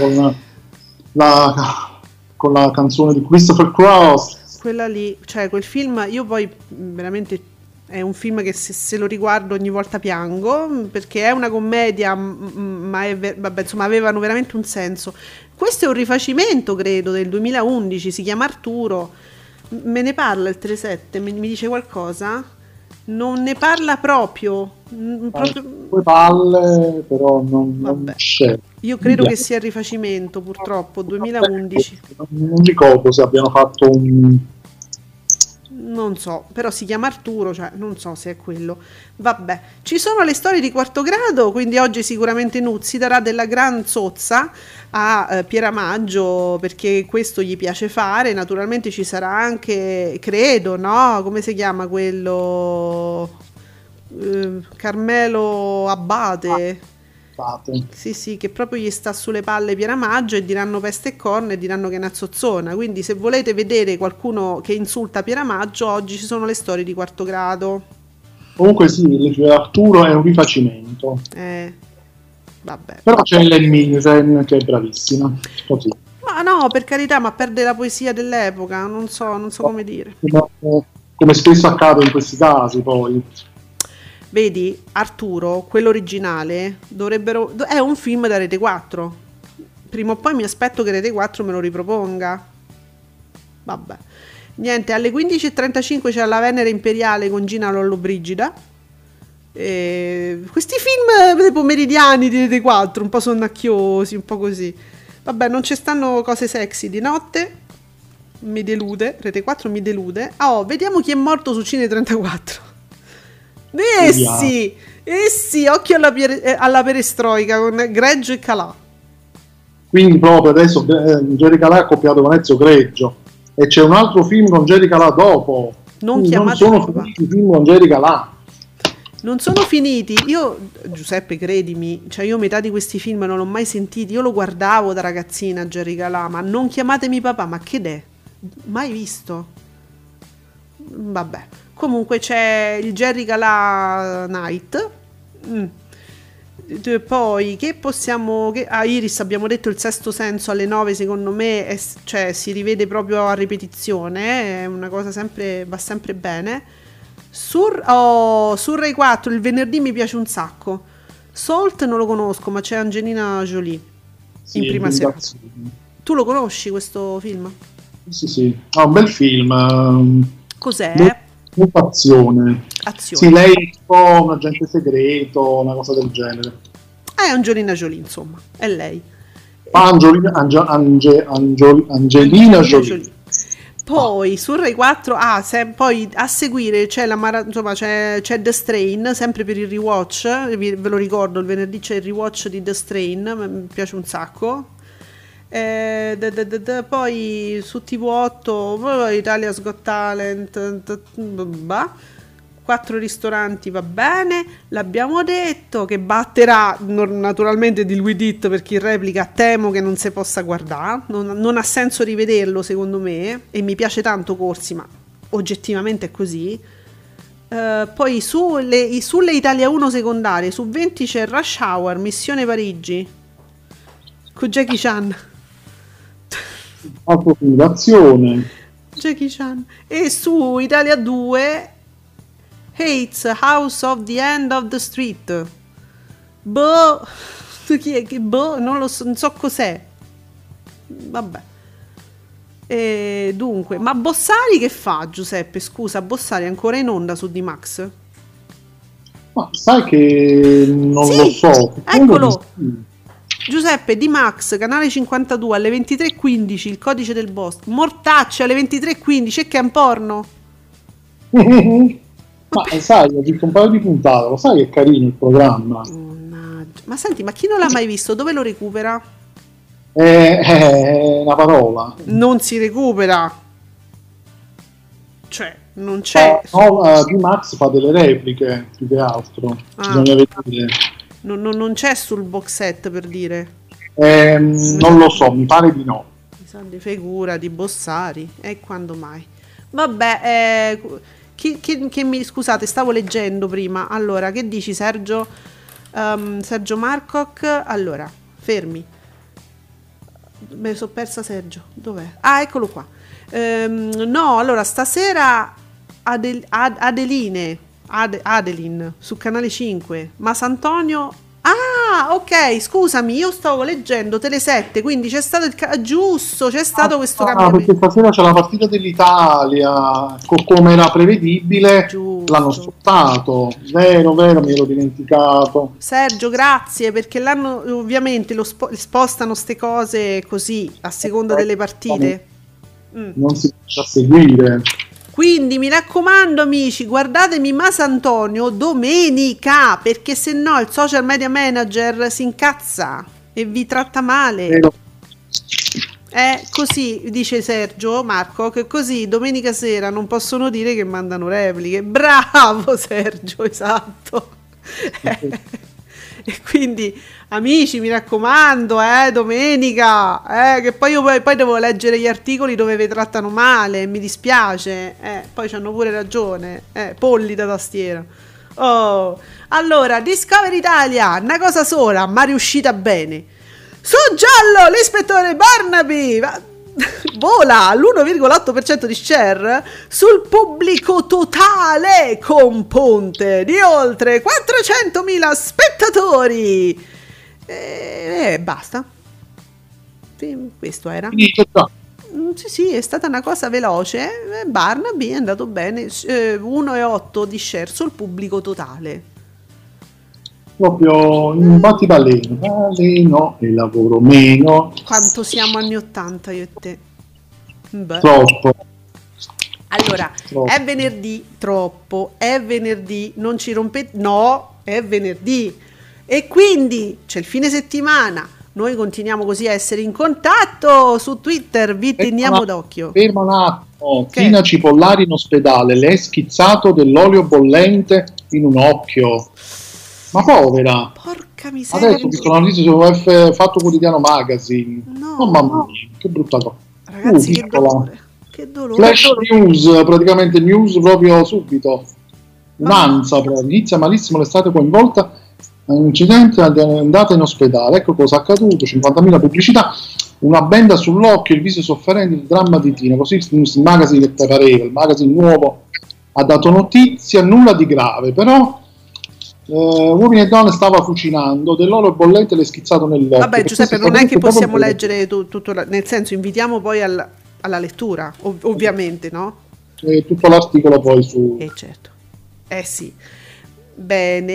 con la canzone di Christopher Cross. Quella lì, cioè quel film, io poi veramente è un film che se lo riguardo ogni volta piango, perché è una commedia, ma vabbè, insomma, avevano veramente un senso. Questo è un rifacimento, credo, del 2011, si chiama Arturo. Me ne parla il 37, mi dice qualcosa? Non ne parla proprio. Due palle, però non c'è. Io credo che sia il rifacimento, purtroppo, 2011. Non ricordo se abbiano fatto un... Non so, però si chiama Arturo, cioè non so se è quello. Vabbè, ci sono le storie di quarto grado, quindi oggi sicuramente Nuzzi darà della gran zozza a Pieramaggio, perché questo gli piace fare. Naturalmente ci sarà anche, credo, no? Come si chiama quello? Carmelo Abbate. Sì, che proprio gli sta sulle palle Pieramaggio, e diranno peste e corna e diranno che è una zozzona. Quindi se volete vedere qualcuno che insulta Pieramaggio, oggi ci sono le storie di quarto grado. Comunque sì, Arturo è un rifacimento. Vabbè. Però c'è Ellen Minsen che è bravissima. Così. Ma no, per carità, ma perde la poesia dell'epoca, non so come dire. Come spesso accade in questi casi, poi. Vedi, Arturo, quello originale, è un film da Rete 4. Prima o poi mi aspetto che Rete 4 me lo riproponga. Vabbè. Niente, alle 15:35 c'è La Venere Imperiale con Gina Lollobrigida. Questi film pomeridiani di Rete 4, un po' sonnacchiosi, un po' così. Vabbè, non ci stanno cose sexy di notte. Mi delude, Rete 4 mi delude. Vediamo chi è morto su Cine 34. Sì, occhio alla perestroica con Greggio e Calà. Quindi proprio adesso Jerry Calà è accoppiato con Ezio Greggio, e c'è un altro film con Jerry Calà dopo. Non sono finiti i film con Jerry Calà. Non sono finiti. Io, Giuseppe, credimi, cioè io metà di questi film non l'ho mai sentiti. Io lo guardavo da ragazzina, Jerry Calà, ma Non chiamatemi papà, ma che è? Mai visto? Vabbè. Comunque c'è il Jerry Calà Night. Poi che possiamo... Iris abbiamo detto Il Sesto Senso alle 9, secondo me cioè, si rivede proprio a ripetizione, è una cosa va sempre bene. Su Rai 4 il venerdì mi piace un sacco. Salt non lo conosco, ma c'è Angelina Jolie in prima serata. Tu lo conosci questo film? Sì, un bel film. Cos'è? Azione. Sì, lei è un po' un agente segreto, una cosa del genere. È Angelina Jolie, insomma, è lei. Angelina Jolie. Poi su Rai 4, poi a seguire c'è insomma c'è The Strain, sempre per il rewatch, ve lo ricordo, il venerdì c'è il rewatch di The Strain, mi piace un sacco. Poi su TV8 Italia's Got Talent, 4 ristoranti, va bene, l'abbiamo detto, che batterà naturalmente di Louis Dit, perché in replica temo che non si possa guardare, non ha senso rivederlo secondo me, e mi piace tanto Corsi, ma oggettivamente è così. Poi sulle Italia 1 secondarie, su 20 c'è Rush Hour, Missione Parigi con Jackie Chan, Autofundazione. Jackie Chan, e su Italia 2 Hates, House of the End of the Street. Chi è che non so cos'è. Vabbè. E dunque, ma Bossari che fa, Giuseppe? Scusa, Bossari è ancora in onda su D-Max? Ma sai che non lo so. Eccolo. Giuseppe, D-Max, canale 52 alle 23:15, il codice del boss. Mortacci alle 23:15, e che è un porno? Ma sai, ho visto un paio di puntate, lo sai che è carino il programma. Ma senti, ma chi non l'ha mai visto? Dove lo recupera? È una parola. Non si recupera. Cioè, non c'è. D-Max fa delle repliche, più che altro. Bisogna vedere. Non c'è sul box set, per dire. Non lo so, mi pare di no. Mi sa di figura di Bossari. E quando mai? Vabbè, scusate, stavo leggendo prima. Allora, che dici, Sergio? Sergio Marcoc. Allora, fermi. Me sono persa Sergio. Dov'è? Ah, eccolo qua. No, allora, stasera Adeline su Canale 5. Ma Sant'Antonio. Ah, ok, scusami, io stavo leggendo Tele7, quindi c'è stato giusto, c'è stato questo cambiamento. Perché stasera c'è la partita dell'Italia, come era prevedibile, giusto. L'hanno spostato, vero, mi ero dimenticato. Sergio, grazie, perché l'hanno ovviamente spostano ste cose così, a seconda delle partite. Non si riesce a seguire. Quindi mi raccomando, amici, guardatemi Masantonio domenica, perché se no il social media manager si incazza e vi tratta male. È così, dice Sergio Marco, che così domenica sera non possono dire che mandano repliche. Bravo Sergio, esatto. E quindi, amici, mi raccomando, domenica, che poi io poi devo leggere gli articoli dove vi trattano male, mi dispiace, poi c'hanno pure ragione, polli da tastiera. Oh, allora, Discovery Italia, una cosa sola, ma riuscita bene. Su giallo, l'ispettore Barnaby vola all'1,8% di share sul pubblico totale, con ponte di oltre 400.000 spettatori. Basta. Sì, questo era. Sì, è stata una cosa veloce. Barnaby è andato bene, 1,8 di share sul pubblico totale. Proprio un battibaleno e lavoro meno. Quanto siamo anni 80 io e te. Beh. Troppo. Allora, è venerdì, non ci rompete, no, è venerdì, e quindi c'è il fine settimana, noi continuiamo così a essere in contatto su Twitter, vi teniamo d'occhio. Ferma un attimo, Tina Cipollari in ospedale, le è schizzato dell'olio bollente in un occhio. Ma povera, porca miseria. Adesso ho visto una notizia su Fatto Quotidiano Magazine. No. Oh mamma mia, che brutta cosa. Ragazzi, che dolore. Flash news, praticamente news proprio subito. Un'ansia, inizia malissimo l'estate coinvolta in un incidente, è andata in ospedale. Ecco cosa è accaduto, 50.000 pubblicità, una benda sull'occhio, il viso sofferente, il dramma di Tina. Così il magazine che te pareva, il magazine nuovo ha dato notizia, nulla di grave, però uomini e donne stava cucinando dell'olio bollente, le schizzato nell'occhio. Vabbè, Giuseppe, non è che possiamo leggere tutto, nel senso, invitiamo poi alla lettura, ovviamente, no? Tutto l'articolo poi su... certo. Sì. Bene.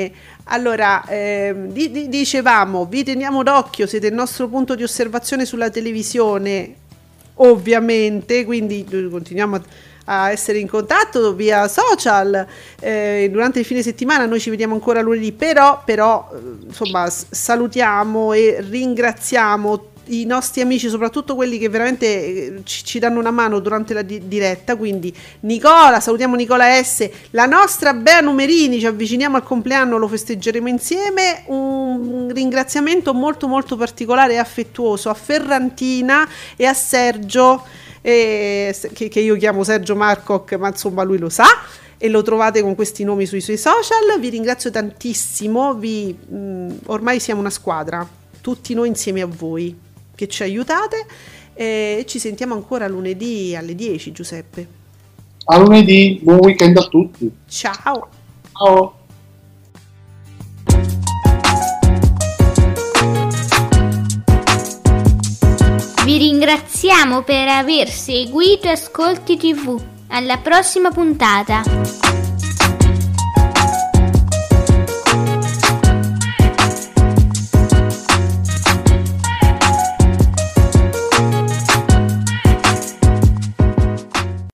Allora, dicevamo, vi teniamo d'occhio, siete il nostro punto di osservazione sulla televisione, ovviamente, quindi continuiamo a essere in contatto via social, durante il fine settimana noi ci vediamo ancora lunedì, però insomma salutiamo e ringraziamo i nostri amici, soprattutto quelli che veramente ci danno una mano durante la diretta, quindi Nicola, salutiamo Nicola S, la nostra Bea Numerini, ci avviciniamo al compleanno, lo festeggeremo insieme, un ringraziamento molto molto particolare e affettuoso a Ferrantina e a Sergio, che io chiamo Sergio Marcoc, ma insomma lui lo sa e lo trovate con questi nomi sui suoi social. Vi ringrazio tantissimo, ormai siamo una squadra, tutti noi insieme a voi che ci aiutate, e ci sentiamo ancora lunedì alle 10, Giuseppe. A lunedì, buon weekend a tutti. Ciao. Ciao. Vi ringraziamo per aver seguito Ascolti TV. Alla prossima puntata.